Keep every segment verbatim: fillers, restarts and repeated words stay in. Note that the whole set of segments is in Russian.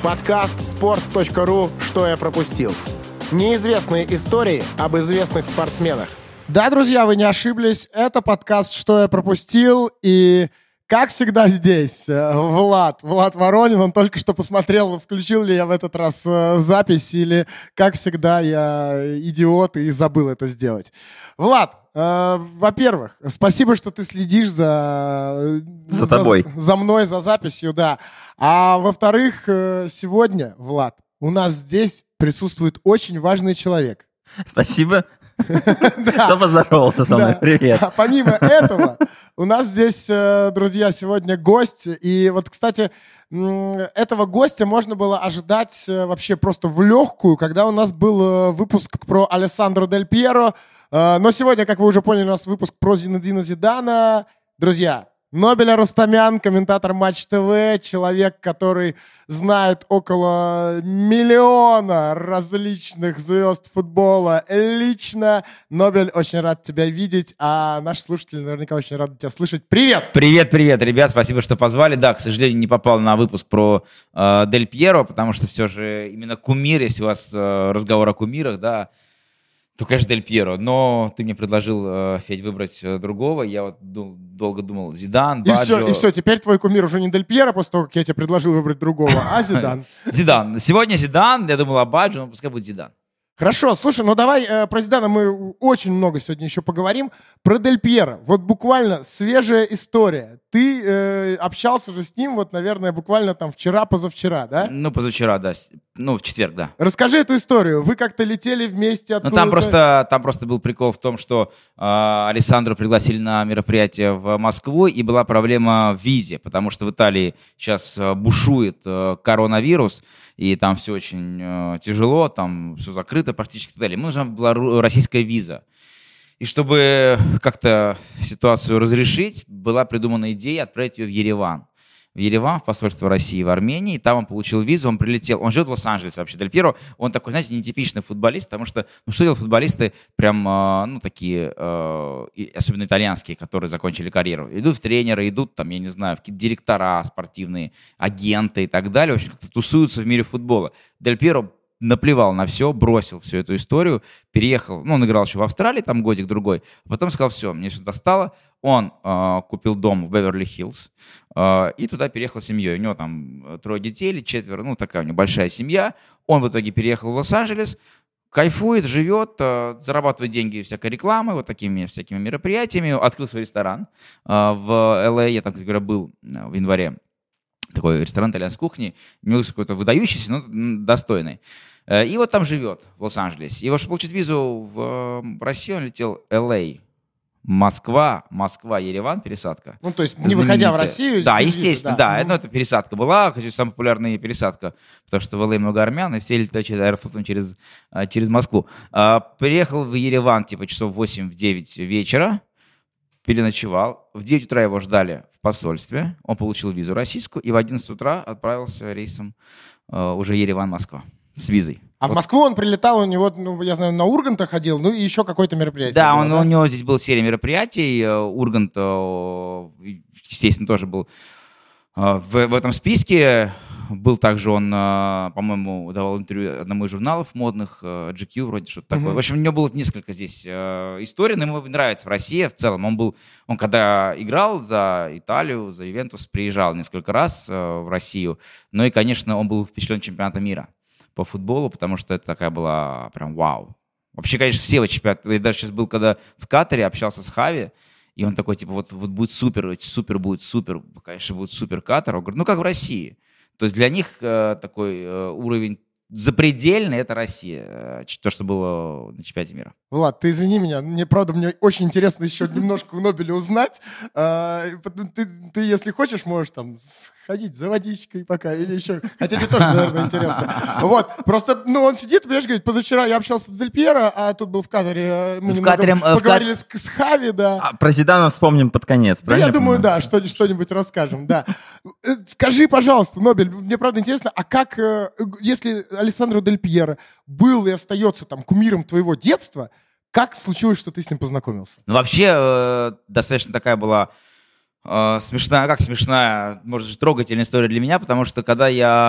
Подкаст спортс точка ру «Что я пропустил». Неизвестные истории об известных спортсменах. Да, друзья, вы не ошиблись. Это подкаст «Что я пропустил». И, как всегда, здесь Влад. Влад Воронин. Он только что посмотрел, включил ли я в этот раз запись, или, как всегда, я идиот и забыл это сделать. Влад, э, во-первых, спасибо, что ты следишь за... За тобой. За, за мной, за записью, да. А во-вторых, сегодня, Влад, у нас здесь присутствует очень важный человек. Спасибо, что поздоровался со мной. Привет. А помимо этого, у нас здесь, друзья, сегодня гость. И вот, кстати, этого гостя можно было ожидать вообще просто в легкую, когда у нас был выпуск про Алессандро Дель Пьеро. Но сегодня, как вы уже поняли, у нас выпуск про Зинедина Зидана. Друзья, Нобеля Рустамян, комментатор Матч ТВ, человек, который знает около миллиона различных звезд футбола лично. Нобель, очень рад тебя видеть, а наши слушатели наверняка очень рады тебя слышать. Привет! Привет, привет, ребят, спасибо, что позвали. Да, к сожалению, не попал на выпуск про э, Дель Пьеро, потому что все же именно кумир, если у вас э, разговор о кумирах, да, то, конечно, Дель Пьеро. Но ты мне предложил, э, Федь, выбрать э, другого. Я вот ду- долго думал, Зидан, И Баджо. все, и все, теперь твой кумир уже не Дель Пьеро, после того, как я тебе предложил выбрать другого, а Зидан. Зидан. Сегодня Зидан, я думал о Баджо, но пускай будет Зидан. Хорошо, слушай, ну давай э, про Зидана мы очень много сегодня еще поговорим. Про Дель Пьеро. Вот буквально свежая история. Ты э, общался же с ним, вот, наверное, буквально там вчера-позавчера, да? Ну, позавчера, да. Ну, в четверг, да. Расскажи эту историю. Вы как-то летели вместе Ну, там просто, там просто был прикол в том, что э, Алессандро пригласили на мероприятие в Москву, и была проблема в визе, потому что в Италии сейчас э, бушует э, коронавирус, и там все очень э, тяжело, там все закрыто практически и так далее. Ему нужна была российская виза. И чтобы как-то ситуацию разрешить, была придумана идея отправить ее в Ереван. В Ереван, в посольство России в Армении. Там он получил визу, он прилетел. Он живет в Лос-Анджелесе вообще, Дель Пьеро. Он такой, знаете, нетипичный футболист, потому что, ну что делают футболисты прям, ну такие, э, особенно итальянские, которые закончили карьеру. Идут в тренеры, идут там, я не знаю, в какие-то директора спортивные, агенты и так далее. В общем, как-то тусуются в мире футбола. Дель Пьеро наплевал на все, бросил всю эту историю, переехал, ну, он играл еще в Австралии, там годик-другой, а потом сказал, все, мне все достало. Он э, купил дом в Беверли-Хиллз э, и туда переехал с семьей. У него там трое детей или четверо, ну, такая у него большая семья. Он в итоге переехал в Лос-Анджелес, кайфует, живет, э, зарабатывает деньги всякой рекламой, вот такими всякими мероприятиями, открыл свой ресторан э, в Эл Эй, я там, кстати говоря, был в январе. Такой ресторан итальянской кухни, не какой-то выдающийся, но достойный. И вот там живет, в Лос-Анджелесе. И вот, чтобы получить визу в, в Россию, он летел Эл Эй, Москва, Москва, Ереван, пересадка. Ну, то есть не выходя в Россию? Да, естественно, визы, да. да. Ну, это пересадка была, хочу, самая популярная пересадка, потому что в Эл Эй много армян, и все летают через аэрофлотом через, через Москву. Приехал в Ереван, типа, часов восемь-девять вечера, переночевал. В девять утра его ждали в посольстве. Он получил визу российскую и в одиннадцать утра отправился рейсом э, уже Ереван-Москва с визой. А вот. В Москву он прилетал, у него, ну, я знаю, на Урганта ходил, ну и еще какое-то мероприятие. Да, было, он, да? у него здесь была серия мероприятий. Ургант, естественно, тоже был в, в этом списке. Был также он, по-моему, давал интервью одному из журналов модных, джи кью вроде, что-то mm-hmm. такое. В общем, у него было несколько здесь историй, но ему нравится в России в целом. Он был, он когда играл за Италию, за Ювентус, приезжал несколько раз в Россию. Ну и, конечно, он был впечатлен чемпионатом мира по футболу, потому что это такая была прям вау. Вообще, конечно, все вот чемпионаты. Я даже сейчас был, когда в Катаре общался с Хави, и он такой, типа, вот, вот будет супер, супер будет супер, конечно, будет супер Катар. Он говорит, ну как в России. То есть для них э, такой э, уровень запредельный — это Россия, э, то, что было на чемпионате мира. Влад, ты извини меня, мне, правда, мне очень интересно еще немножко в Нобеле узнать. Э, ты, ты, если хочешь, можешь там сходить за водичкой пока или еще. Хотя тебе тоже, наверное, интересно. Вот, просто, ну, он сидит, понимаешь, говорит, позавчера я общался с Дель Пьеро, а тут был в Катаре, мы в немного Катаре, поговорили в Кат... с, с Хави, да. А про Зидана вспомним под конец, да, правильно? Я думаю, да, что, что-нибудь расскажем, да. Скажи, пожалуйста, Нобель, мне правда интересно, а как, если Алессандро Дель Пьеро был и остается там кумиром твоего детства, как случилось, что ты с ним познакомился? Ну, вообще, э, достаточно такая была э, смешная, как смешная, может, трогательная история для меня, потому что когда я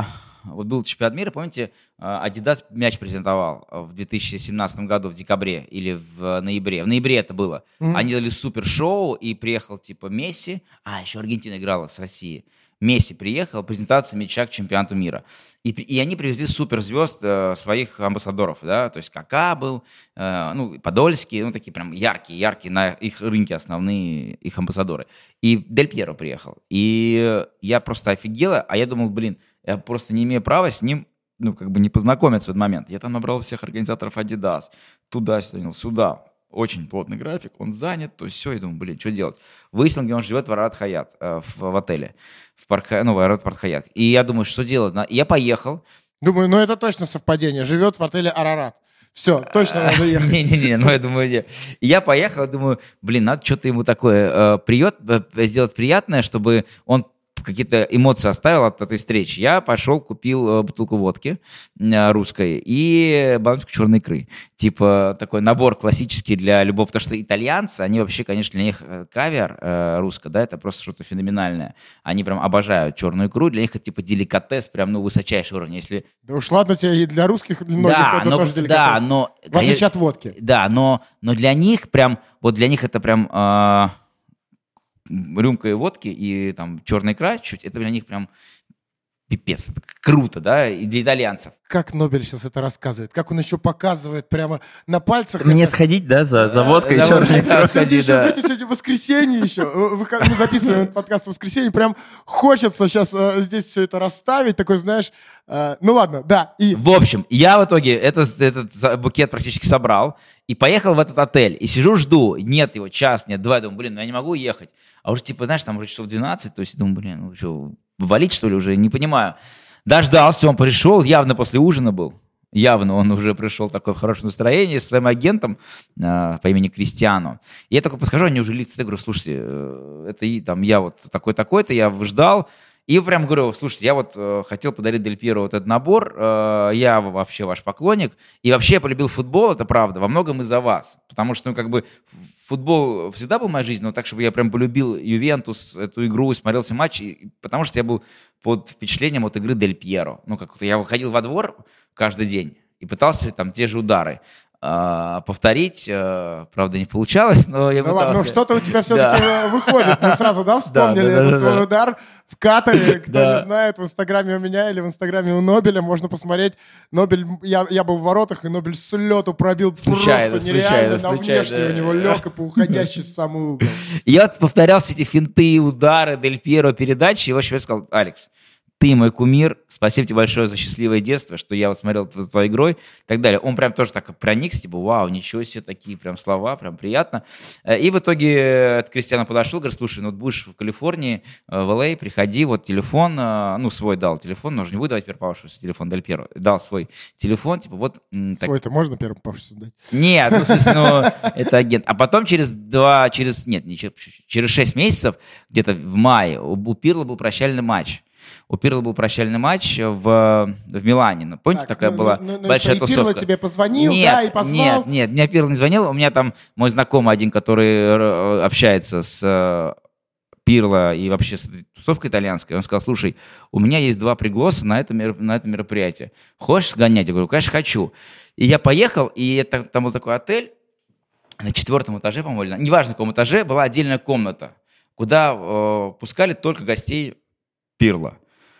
вот был чемпионат мира, помните, Adidas мяч презентовал в две тысячи семнадцатом году в декабре или в ноябре. В ноябре это было. Mm-hmm. Они делали супер-шоу, и приехал типа Месси. А, еще Аргентина играла с Россией. Месси приехал, презентация мяча к чемпионату мира. И, и они привезли суперзвезд э, своих амбассадоров, да, то есть Кака был, э, ну, Подольский, ну, такие прям яркие, яркие на их рынке основные их амбассадоры. И Дель Пьеро приехал. И я просто офигела, а я думал, блин, я просто не имею права с ним, ну, как бы не познакомиться в этот момент. Я там набрал всех организаторов Adidas, туда-сюда, сюда. Очень плотный график, он занят, то есть все, я думаю, блин, что делать? Выяснил, где он живет, в Арарат Хаят, э, в, в отеле, в, парк, ну, в Арарат Парк Хаят. И я думаю, что делать? Я поехал. Думаю, ну это точно совпадение, живет в отеле Арарат. Все, точно надо ехать. Не-не-не, ну я думаю, нет. Я поехал, думаю, блин, надо что-то ему такое, э, приет, э, сделать приятное, чтобы он какие-то эмоции оставил от этой встречи. Я пошел, купил бутылку водки русской и баночку черной икры. Типа такой набор классический для любого, потому что итальянцы, они вообще, конечно, для них кавиар э, русско, да, это просто что-то феноменальное. Они прям обожают черную икру, для них это типа деликатес, прям, ну, высочайший уровень. Если... Да уж ладно тебе, и для русских, для многих да, это но, тоже деликатес. Да, но... В отличие от водки. Да, но, но для них прям, вот для них это прям... Э, рюмка и водки и там черная икра чуть, это для них прям пипец, это круто, да, и для итальянцев. Как Нобель сейчас это рассказывает, как он еще показывает прямо на пальцах. Мне это... сходить, да, за, за водкой за и черной икрой. Сходи, еще, да. знаете, сегодня воскресенье еще, мы записываем подкаст в воскресенье, прям хочется сейчас э, здесь все это расставить, такой, знаешь, э, ну ладно, да. И... В общем, я в итоге этот, этот букет практически собрал и поехал в этот отель, и сижу, жду, нет его, час, нет, два, думаю, блин, ну я не могу ехать, а уже типа, знаешь, там уже часов двенадцать, то есть думаю, блин, ну что, валить что ли уже, не понимаю. Дождался, он пришел, явно после ужина был. Явно он уже пришел такой в хорошем настроении с своим агентом э, по имени Кристиано. И я такой подхожу, они уже лица, я говорю, слушайте, э, это и, там, я вот такой-такой-то, я ждал. И прям говорю, слушайте, я вот э, хотел подарить Дель Пьеро вот этот набор, э, я вообще ваш поклонник, и вообще я полюбил футбол, это правда, во многом из-за вас. Потому что, ну, как бы, футбол всегда был в моей жизни, но так, чтобы я прям полюбил Ювентус, эту игру, смотрел все матчи, потому что я был под впечатлением от игры Дель Пьеро. Ну, как я выходил во двор каждый день и пытался там те же удары Uh, повторить, uh, правда, не получалось, но я ну пытался. Ладно, ну что-то у тебя все-таки да. выходит. Мы сразу, да, вспомнили да, да, этот да, твой да. удар в Катаре. Кто да. не знает, в Инстаграме у меня или в Инстаграме у Нобеля можно посмотреть. Нобель, я, я был в воротах, и Нобель с лету пробил случайно, просто нереально. Случайно, на внешний случайно. у него лег и по уходящий в самый угол. Я вот повторял все эти финты, удары, Дель Пьеро, передачи, и в общем я сказал, Алекс, ты мой кумир, спасибо тебе большое за счастливое детство, что я вот смотрел за твоей игрой и так далее. Он прям тоже так проникся, типа, вау, ничего себе, такие прям слова, прям приятно. И в итоге Кристиано подошел, говорит, слушай, ну вот будешь в Калифорнии, в Эл Эй, приходи, вот телефон, ну свой дал телефон, но же не буду давать первый попавшийся телефон Дель Пьеро, дал свой телефон, типа вот. Так... Свой-то можно первым попавшийся дать? Нет, ну в смысле, ну это агент. А потом через два, через, нет, не через, через шесть месяцев, где-то в мае, у Пирло был прощальный матч. У Пирло был прощальный матч в, в Милане. Помните, так, такая ну, была ну, ну, большая что, тусовка? Пирло тебе позвонил, нет, да, и позвал? Нет, нет, мне Пирло не звонил. У меня там мой знакомый один, который общается с Пирло и вообще с этой тусовкой итальянской, он сказал, слушай, у меня есть два пригласа на это, на это мероприятие. Хочешь сгонять? Я говорю, конечно, хочу. И я поехал, и это, там был такой отель, на четвертом этаже, по-моему, неважно, на каком этаже, была отдельная комната, куда э, пускали только гостей Пирло.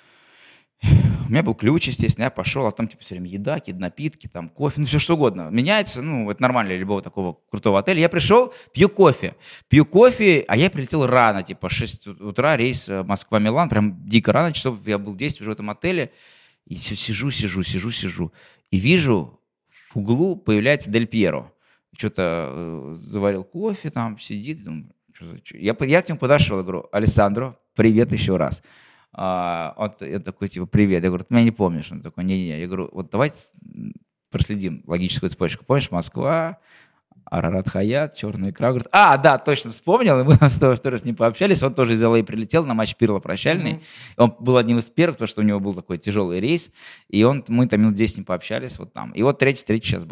У меня был ключ, естественно, я пошел, а там типа все время еда, какие-то напитки, там кофе, ну все что угодно. Меняется, ну это нормально для любого такого крутого отеля. Я пришел, пью кофе, пью кофе, а я прилетел рано, типа шесть утра, рейс Москва-Милан, прям дико рано, часов я был десять уже в этом отеле, и все сижу, сижу, сижу, сижу, и вижу в углу появляется Дель Пьеро. Что-то э, заварил кофе, там сидит, думаю, что, что? Я, я к нему подошел, я говорю, Алессандро, привет еще раз. Uh, он, я такой, типа, привет. Я говорю, ты меня не помнишь? Он такой, не-не. Я говорю, вот давайте проследим логическую цепочку. Помнишь, Москва, Арарат Хаят, черная икра. Говорит, а, да, точно вспомнил. И мы с тобой сто раз не пообщались. Он тоже из Эл Эй прилетел на матч Пирло прощальный. Mm-hmm. Он был одним из первых, потому что у него был такой тяжелый рейс. И он, мы там минут десять не пообщались вот там. И вот третья встреча сейчас была.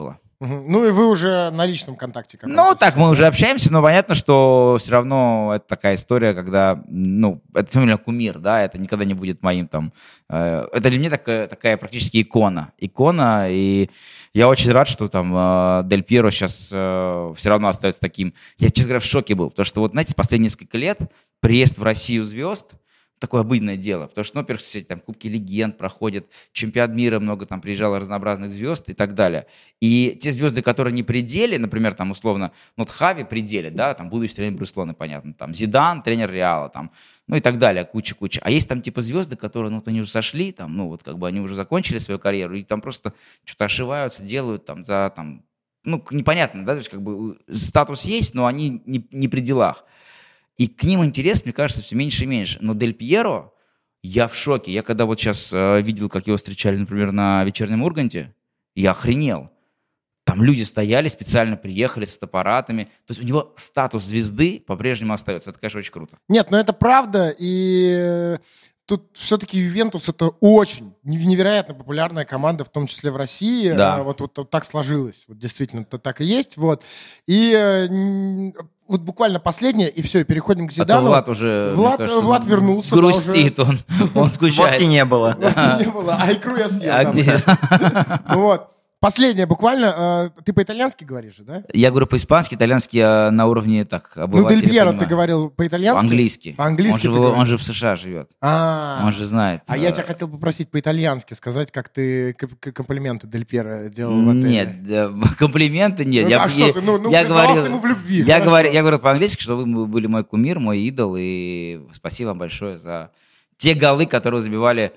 Угу. Ну и вы уже на личном контакте. Ну так, мы уже общаемся, но понятно, что все равно это такая история, когда, ну, это фамилия кумир, да, это никогда не будет моим там... Э, это для меня такая, такая практически икона. Икона, и я очень рад, что там э, Дель Пьеро сейчас э, все равно остается таким... Я, честно говоря, в шоке был, потому что вот, знаете, последние несколько лет приезд в Россию звезд такое обыденное дело, потому что, ну, во-первых, все там Кубки Легенд проходят, чемпионат мира, много там приезжало разнообразных звезд и так далее. И те звезды, которые не при деле, например, там, условно, ну, вот Хави при деле, да, там, будущий тренер Барселоны, понятно, там, Зидан, тренер Реала, там, ну, и так далее, куча-куча. А есть там, типа, звезды, которые, ну, вот они уже сошли, там, ну, вот, как бы, они уже закончили свою карьеру, и там просто что-то ошиваются, делают, там, за, там, ну, непонятно, да, то есть, как бы, статус есть, но они не, не при делах. И к ним интерес, мне кажется, все меньше и меньше. Но Дель Пьеро, я в шоке. Я когда вот сейчас э, видел, как его встречали, например, на вечернем Урганте, я охренел. Там люди стояли, специально приехали с фотоаппаратами. То есть у него статус звезды по-прежнему остается. Это, конечно, очень круто. Нет, но это правда. И тут все-таки Ювентус — это очень невероятно популярная команда, в том числе в России. Да. Вот, вот, вот так сложилось. Вот действительно, это так и есть. Вот. И... Вот буквально последнее, и все, и переходим к Зидану. А то Влад уже, Влад, кажется, Влад вернулся. Грустит, да, уже... он, он скучает. Водки не было. Водки не было, а икру я съел. А где? Вот. Последнее буквально. Ты по-итальянски говоришь же, да? Я говорю по-испански, итальянский я на уровне так обывателя. Ну, Дель Пьеро ты понимаю. говорил по-итальянски? По-английски. По-английски он, же, он же в США живет. А, он же знает. А я тебя хотел попросить по-итальянски сказать, как ты комплименты Дель Пьеро делал в отеле. Нет, комплименты нет. Ну, я, а что ты? Ну, ну я признавался говорил, ему в любви. Я, говорю, я говорил по-английски, что вы были мой кумир, мой идол, и спасибо вам большое за те голы, которые вы забивали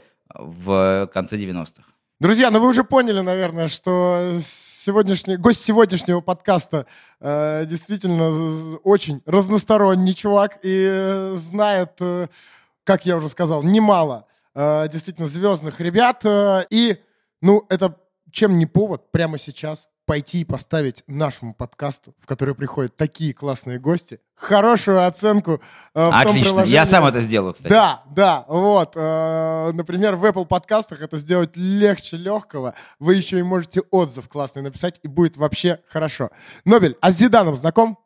в конце девяностых. Друзья, ну вы уже поняли, наверное, что... Сегодняшний, гость сегодняшнего подкаста э, действительно очень разносторонний чувак и э, знает, э, как я уже сказал, немало э, действительно звездных ребят. Э, и, ну, это чем не повод прямо сейчас пойти и поставить нашему подкасту, в который приходят такие классные гости, хорошую оценку э, в Отлично, том приложении. Я сам это сделаю, кстати. Да, да, вот. Э, например, в Apple подкастах это сделать легче легкого. Вы еще и можете отзыв классный написать, и будет вообще хорошо. Нобель, а с Зиданом знаком?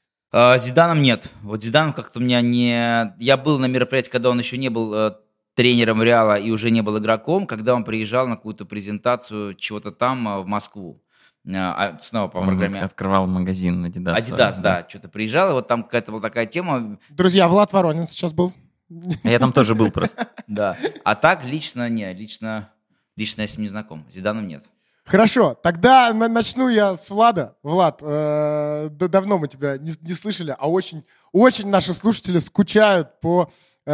Э, с Зиданом нет. Вот Зидан как-то у меня не... Я был на мероприятии, когда он еще не был э, тренером Реала и уже не был игроком, когда он приезжал на какую-то презентацию чего-то там э, в Москву. А, снова по Он программе. Открывал магазин Adidas. Adidas, да, да, что-то приезжал, и вот там какая-то была такая тема. Друзья, Влад Воронин сейчас был. Я там тоже был просто. Да. А так лично не, лично, лично я с ним не знаком. С Зиданом нет. Хорошо, тогда на- начну я с Влада. Влад, э- да- давно мы тебя не, не слышали, а очень, очень наши слушатели скучают по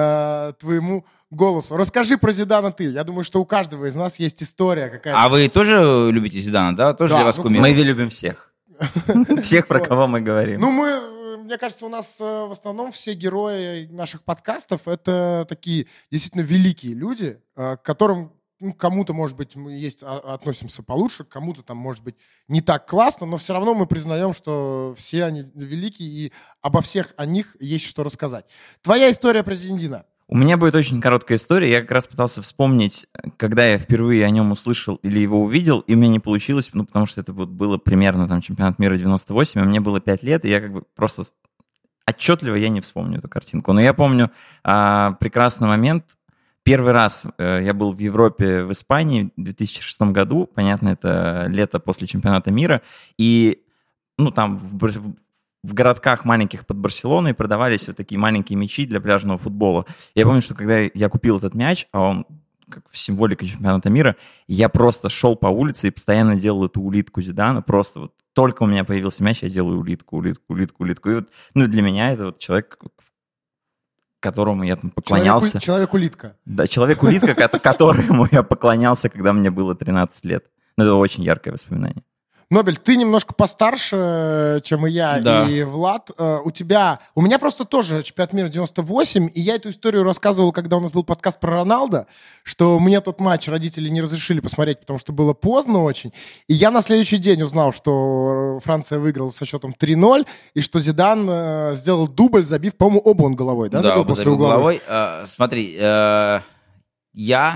э- твоему голосу. Расскажи про Зидана ты. Я думаю, что у каждого из нас есть история какая-то. А вы тоже любите Зидана, да? Тоже Да, для вас ну, кумир? Мы любим всех. Всех, про кого мы говорим. Ну, мы, мне кажется, у нас э, в основном все герои наших подкастов — это такие действительно великие люди, э, к которым ну, кому-то, может быть, мы есть, а, относимся получше, кому-то там, может быть, не так классно, но все равно мы признаем, что все они великие, и обо всех о них есть что рассказать. Твоя история про Зиндина. У меня будет очень короткая история. Я как раз пытался вспомнить, когда я впервые о нем услышал или его увидел, и у меня не получилось, ну, потому что это вот было примерно там чемпионат мира девяносто восемь, а мне было пять лет, и я как бы просто отчетливо я не вспомню эту картинку. Но я помню а, прекрасный момент. Первый раз э, я был в Европе, в Испании в две тысячи шестом году. Понятно, это лето после чемпионата мира. И, ну, там в, в в городках маленьких под Барселоной продавались вот такие маленькие мячи для пляжного футбола. Я помню, что когда я купил этот мяч, а он как в символике чемпионата мира, я просто шел по улице и постоянно делал эту улитку Зидана. Просто вот только у меня появился мяч, я делаю улитку, улитку, улитку, улитку. И вот, ну, для меня это вот человек, которому я там поклонялся. Человек-улитка. Да, человек-улитка, которому я поклонялся, когда мне было тринадцать лет. Ну, это очень яркое воспоминание. Нобель, ты немножко постарше, чем и я, да. и Влад. У тебя... У меня просто тоже чемпионат мира девяносто восемь, и я эту историю рассказывал, когда у нас был подкаст про Роналдо, что мне тот матч родители не разрешили посмотреть, потому что было поздно очень. И я на следующий день узнал, что Франция выиграла со счетом три ноль, и что Зидан сделал дубль, забив, по-моему, оба он головой, да? Да, оба забил головой. Uh, смотри, uh, я...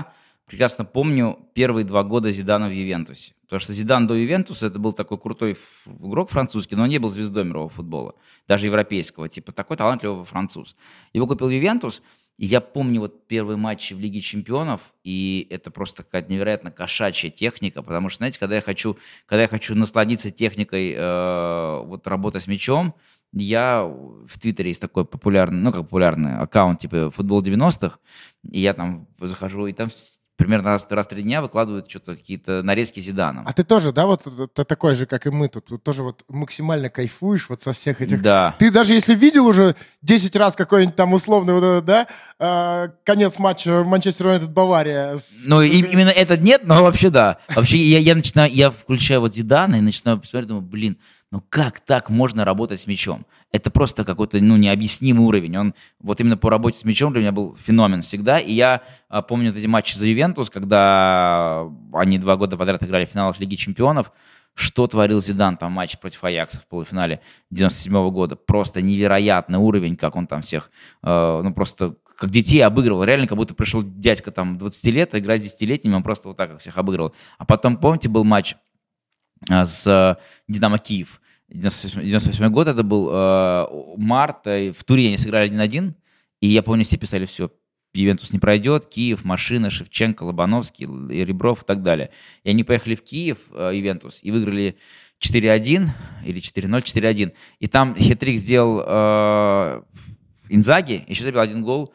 прекрасно помню первые два года Зидана в Ювентусе. Потому что Зидан до Ювентуса это был такой крутой игрок французский, но он не был звездой мирового футбола, даже европейского, типа такой талантливый француз. Его купил Ювентус, и я помню вот первые матчи в Лиге Чемпионов, и это просто какая-то невероятно кошачья техника, потому что, знаете, когда я хочу, когда я хочу насладиться техникой э, вот работы с мячом, я в Твиттере есть такой популярный, ну как популярный аккаунт типа «Футбол девяностых», и я там захожу, и там примерно раз, раз в три дня выкладывают что-то, какие-то нарезки Зидана. А ты тоже, да, вот ты такой же, как и мы тут, вот тоже вот максимально кайфуешь вот со всех этих... Да. Ты даже если видел уже десять раз какой-нибудь там условный вот этот, да, э, конец матча Манчестер Юнайтед Бавария. С... Ну, и, именно этот нет, но вообще да. Вообще я, я начинаю, я включаю вот Зидана и начинаю посмотреть, думаю, блин, ну как так можно работать с мячом? Это просто какой-то, ну, необъяснимый уровень. Он вот именно по работе с мячом для меня был феномен всегда. И я а, помню вот эти матчи за Ювентус, когда они два года подряд играли в финалах Лиги Чемпионов. Что творил Зидан там матч против Аякса в полуфинале девяносто седьмого года. Просто невероятный уровень, как он там всех, э, ну, просто как детей обыгрывал. Реально, как будто пришел дядька там двадцати лет, играть с десятилетними, он просто вот так как всех обыгрывал. А потом, помните, был матч э, с э, Динамо Киев. девяносто восьмой год, это был э, март, э, в Турине они сыграли один-один, и я помню, все писали, все, Ювентус не пройдет, Киев, Машина, Шевченко, Лобановский, Ребров и так далее. И они поехали в Киев, э, Ювентус, и выиграли четыре-один или четыре ноль, четыре-один. И там хет-трик сделал э, Инзаги, еще забил один гол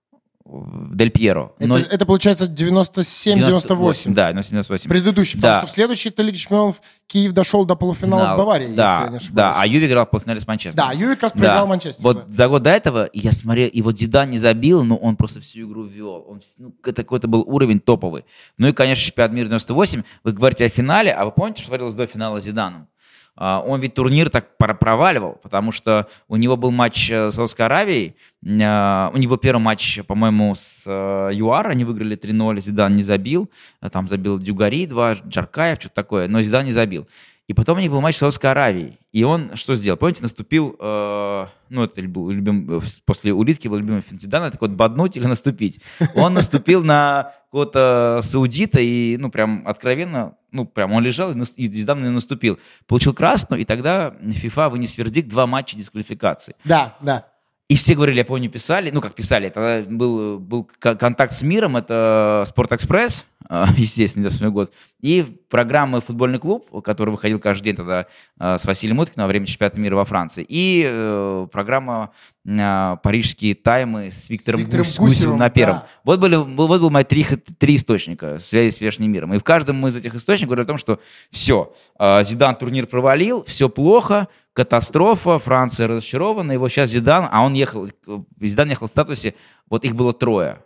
Дель Пьеро. Но... Это, это получается девяносто семь девяносто восемь. Да, девяносто семь девяносто восемь. Предыдущий, да. потому что в следующей Лиге Чемпионов Киев дошел до полуфинала Финал. с Баварией, да, если я не ошибаюсь. Да, а Юве играл в полуфинале с Манчестером. Да, Юве как раз проиграл да. Манчестер. Вот да. за год до этого я смотрел, и вот Зидан не забил, но он просто всю игру вел. Он, ну, это какой-то был уровень топовый. Ну и, конечно, чемпионат мира девяносто восемь. Вы говорите о финале, а вы помните, что творилось до финала с Зиданом? Он ведь турнир так проваливал, потому что у него был матч с Саудовской Аравией, у него был первый матч, по-моему, с ЮАР, они выиграли три ноль, Зидан не забил, там забил Дюгари два, Джаркаев, что-то такое, но Зидан не забил. И потом у них был матч с Саудовской Аравией, и он что сделал? Помните, наступил, э, ну это был любим, после улитки был любимый финт Зидана, так вот боднуть или наступить. Он наступил на какого-то саудита и, ну прям откровенно, ну прям он лежал и Зидан на него наступил. Получил красную, и тогда ФИФА вынес вердикт, два матча дисквалификации. Да, да. И все говорили, я помню, писали, ну как писали, тогда был, был контакт с миром, это Спортэкспресс, естественно, девяносто седьмой год, и программа «Футбольный клуб», который выходил каждый день тогда с Василием Уткиным во время чемпионата мира во Франции, и э, программа э, «Парижские таймы» с Виктором, с Виктором Гусевым, Гусевым на первом. Да. Вот, были, вот был мои три, три источника связи с внешним миром. И в каждом из этих источников говорили о том, что все, э, Зидан турнир провалил, все плохо, катастрофа, Франция разочарована, его сейчас Зидан, а он ехал, Зидан ехал в статусе, вот их было трое.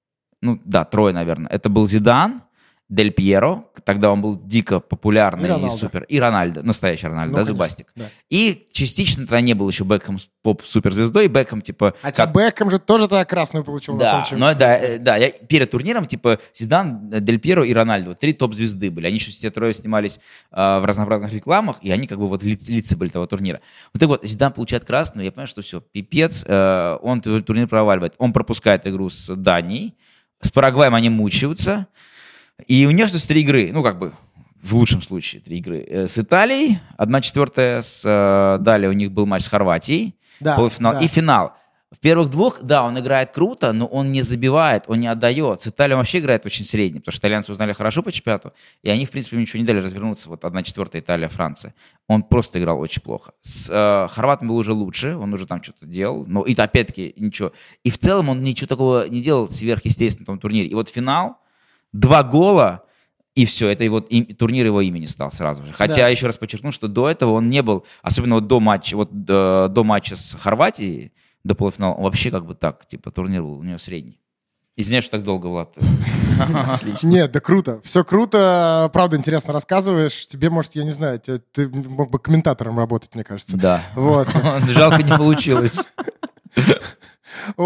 Ну да, трое, наверное. Это был Зидан, Дель Пьеро, тогда он был дико популярный и, и супер. И Рональдо, настоящий Рональдо, ну, да, зубастик. Да. И частично тогда не был еще Бекхэм поп-суперзвездой, и Бекхэм, типа... Хотя как... Бекхэм же тоже тогда красную получил. Да, на том, но, да, да, я перед турниром, типа, Зидан, Дель Пьеро и Рональдо, три топ-звезды были. Они еще все трое снимались э, в разнообразных рекламах, и они как бы вот лиц, лица были того турнира. Вот так вот, Зидан получает красную, я понимаю, что все, пипец, э, он турнир проваливает. Он пропускает игру с Данией, с Парагваем они мучаются, и у них остаются три игры, ну, как бы, в лучшем случае, три игры. С Италией, одна четвертая, с, далее у них был матч с Хорватией, да, полуфинал да. и финал. В первых двух, да, он играет круто, но он не забивает, он не отдает. С Италией он вообще играет очень средний, потому что итальянцы узнали хорошо по чемпионату, и они, в принципе, ничего не дали развернуться. Вот одна четвертая Италия, Франция. Он просто играл очень плохо. С э, хорватом был уже лучше, он уже там что-то делал, но и опять-таки ничего. И в целом он ничего такого не делал сверхъестественного в том турнире. И вот финал, два гола, и все, это его, и, турнир его имени стал сразу же. Хотя, да. еще раз подчеркну, что до этого он не был, особенно вот до матча, вот до, до матча с Хорватией, до полуфинала, он вообще как бы так, типа, турнир был у него средний. Извиняюсь, что так долго, Влад. Отлично. Нет, да круто. Все круто, правда, интересно рассказываешь. Тебе, может, я не знаю, ты мог бы комментатором работать, мне кажется. Да. Вот. Жалко, не получилось. Вот.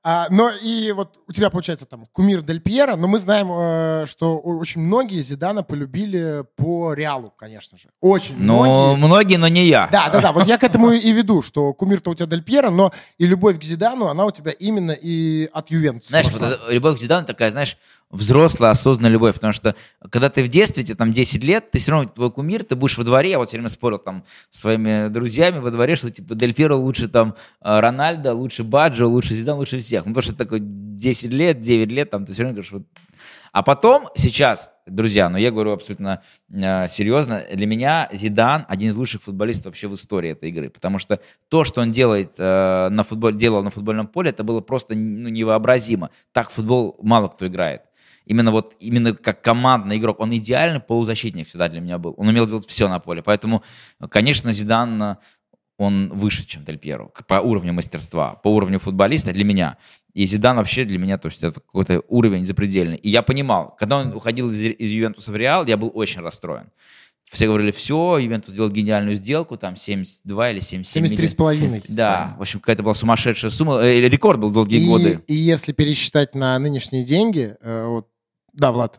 А, но и вот у тебя, получается, там кумир Дель Пьеро, но мы знаем, э, что очень многие Зидана полюбили по Реалу, конечно же. Очень Но многие. многие, но не я. Да, да, да. Вот я к этому и веду, что кумир-то у тебя Дель Пьеро, но и любовь к Зидану, она у тебя именно и от Ювентуса. Знаешь, вот эта любовь к Зидану такая, знаешь, взрослая, осознанная любовь, потому что когда ты в детстве, тебе там десять лет, ты все равно твой кумир, ты будешь во дворе, я вот все время спорил там с своими друзьями во дворе, что типа Дель Пьеро лучше там Рональдо, лучше Баджо, лучше Зидан, лучше всех. Ну, потому что такой десять лет, девять лет, там ты все равно говоришь, вот. А потом, сейчас, друзья, ну я говорю абсолютно э, серьезно, для меня Зидан один из лучших футболистов вообще в истории этой игры, потому что то, что он делает, э, на футбол, делал на футбольном поле, это было просто ну, невообразимо. Так в футбол мало кто играет. Именно вот, именно как командный игрок, он идеальный полузащитник всегда для меня был. Он умел делать все на поле, поэтому, конечно, Зидан... он выше, чем Дель Пьеро по уровню мастерства, по уровню футболиста для меня. И Зидан вообще для меня, то есть это какой-то уровень запредельный. И я понимал, когда он уходил из, из Ювентуса в Реал, я был очень расстроен. Все говорили, все, Ювентус сделал гениальную сделку, там семьдесят два или семьдесят семь семьдесят три с половиной. Да, в общем, какая-то была сумасшедшая сумма. Э, рекорд был долгие и, годы. И если пересчитать на нынешние деньги, э, вот, да, Влад.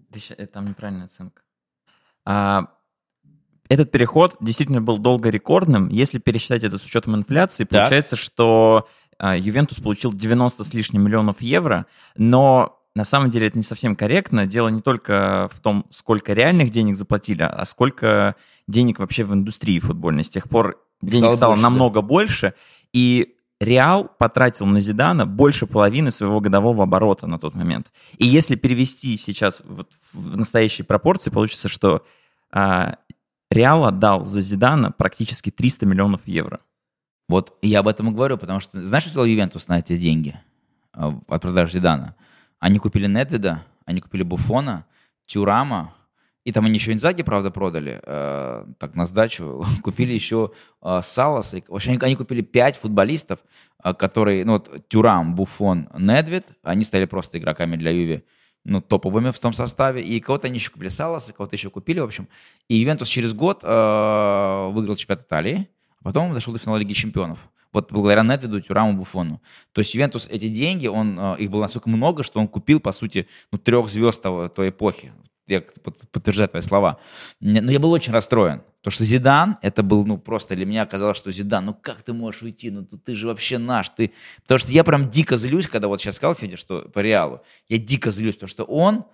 Там неправильная оценка. А... Этот переход действительно был долго рекордным. Если пересчитать это с учетом инфляции, так. получается, что а, Ювентус получил девяносто с лишним миллионов евро, но на самом деле это не совсем корректно. Дело не только в том, сколько реальных денег заплатили, а сколько денег вообще в индустрии футбольной. С тех пор денег стало, стало больше, намного да. больше, и Реал потратил на Зидана больше половины своего годового оборота на тот момент. И если перевести сейчас вот в настоящие пропорции, получится, что... А, Реал отдал за Зидана практически триста миллионов евро. Вот я об этом и говорю, потому что, знаешь, что сделал Ювентус на эти деньги от продажи Зидана? Они купили Недведа, они купили Буфона, Тюрама, и там они еще Инзаги, правда, продали, э, так, на сдачу. Купили еще э, Саласа. В общем, они, они купили пять футболистов, э, которые, ну вот, Тюрам, Буфон, Недвед, они стали просто игроками для Юве. Ну, топовыми в том составе, и кого-то они еще купили Саласа, кого-то еще купили, в общем. И Ювентус через год э, выиграл чемпионат Италии, а потом дошел до финала Лиги Чемпионов. Вот благодаря Недведу, Тюраму, Буфону. То есть Ювентус эти деньги, он, э, их было настолько много, что он купил, по сути, ну, трех звезд того, той эпохи. Я подтверждаю твои слова. Но я был очень расстроен. Потому что Зидан, это был, ну, просто для меня оказалось, что Зидан, ну, как ты можешь уйти? Ну, ты, ты же вообще наш. Ты... Потому что я прям дико злюсь, когда вот сейчас сказал Федя, что по Реалу. Я дико злюсь, потому что он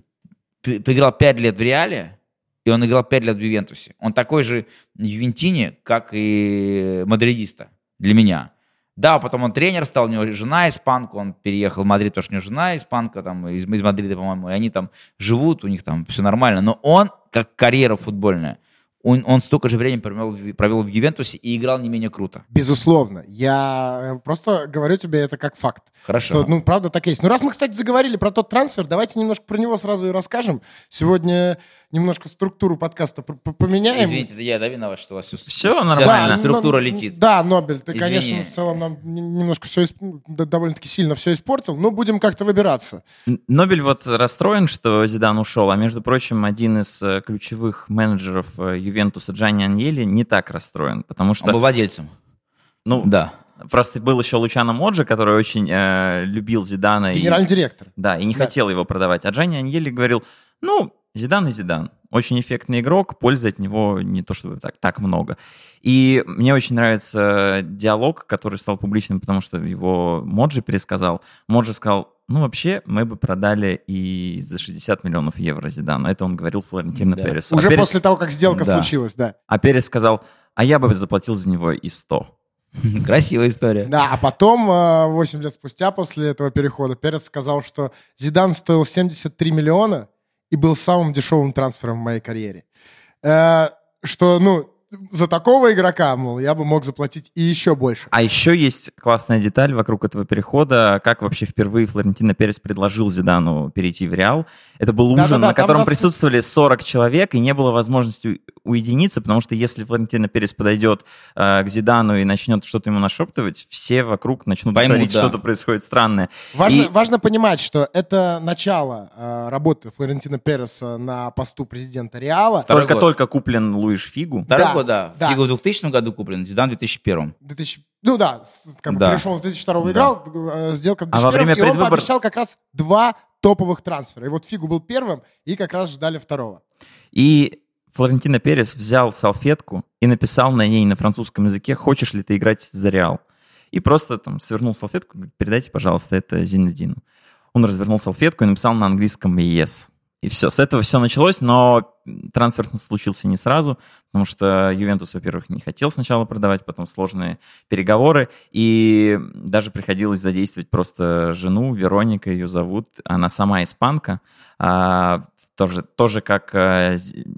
поиграл пять лет в Реале, и он играл пять лет в Ювентусе. Он такой же Ювентини, как и мадридиста для меня. Да, потом он тренер стал, у него жена испанка, он переехал в Мадрид, потому что у него жена испанка, там, из, из Мадрида, по-моему, и они там живут, у них там все нормально. Но он, как карьера футбольная, он, он столько же времени провел, провел в Ювентусе и играл не менее круто. Безусловно. Я просто говорю тебе это как факт. Хорошо. Что, ну, правда, так и есть. Ну, раз мы, кстати, заговорили про тот трансфер, давайте немножко про него сразу и расскажем. Сегодня немножко структуру подкаста поменяем. Извините, это я, да, виноват, что у вас все, все вся нормально. структура но, летит. Да, Нобель, ты, Извини. конечно, в целом нам немножко все, довольно-таки сильно все испортил, но будем как-то выбираться. Нобель вот расстроен, что Зидан ушел, а, между прочим, один из ключевых менеджеров Ювентуса, Джанни Аньелли, не так расстроен, потому что... Он был владельцем. Ну, да. Просто был еще Лучано Моджи, который очень э, любил Зидана. Генеральный и, директор. Да, и не да. хотел его продавать. А Джанни Аньелли говорил, ну, Зидан и Зидан. Очень эффектный игрок, пользы от него не то чтобы так, так много. И мне очень нравится диалог, который стал публичным, потому что его Моджи пересказал. Моджи сказал, ну, вообще, мы бы продали и за шестьдесят миллионов евро Зидана. Это он говорил Флорентино да. Пересу. Уже а Перес... после того, как сделка да. случилась, да. А Перес сказал, а я бы заплатил за него и сто. Красивая история. Да, а потом, восемь лет спустя после этого перехода, Перес сказал, что Зидан стоил семьдесят три миллиона и был самым дешевым трансфером в моей карьере. Что, ну, за такого игрока, мол, я бы мог заплатить и еще больше. А еще есть классная деталь вокруг этого перехода, как вообще впервые Флорентино Перес предложил Зидану перейти в Реал. Это был ужин, Да-да-да, на котором нас... присутствовали сорок человек, и не было возможности уединиться, потому что если Флорентино Перес подойдет э, к Зидану и начнет что-то ему нашептывать, все вокруг начнут Поймут, говорить, да. что-то происходит странное. Важно, и... важно понимать, что это начало э, работы Флорентино Переса на посту президента Реала. Только-только куплен Луиш Фигу. Да, второго, да. Да. Фигу в двухтысячном году куплен, Зидан в две тысячи первом. две тысячи Ну да, с- как бы Да. перешел в две тысячи втором, Да. играл, э, сделка в А во две тысячи первом, время и он предвыбор- пообещал как раз два топовых трансфера. И вот Фигу был первым, и как раз ждали второго. И Флорентино Перес взял салфетку и написал на ней на французском языке «Хочешь ли ты играть за Реал?» И просто там свернул салфетку, говорит, передайте, пожалуйста, это Зинедину. Он развернул салфетку и написал на английском «Yes». И все, с этого все началось, но трансфер случился не сразу, потому что Ювентус, во-первых, не хотел сначала продавать, потом сложные переговоры, и даже приходилось задействовать просто жену, Вероника ее зовут, она сама испанка, а, тоже, тоже как а,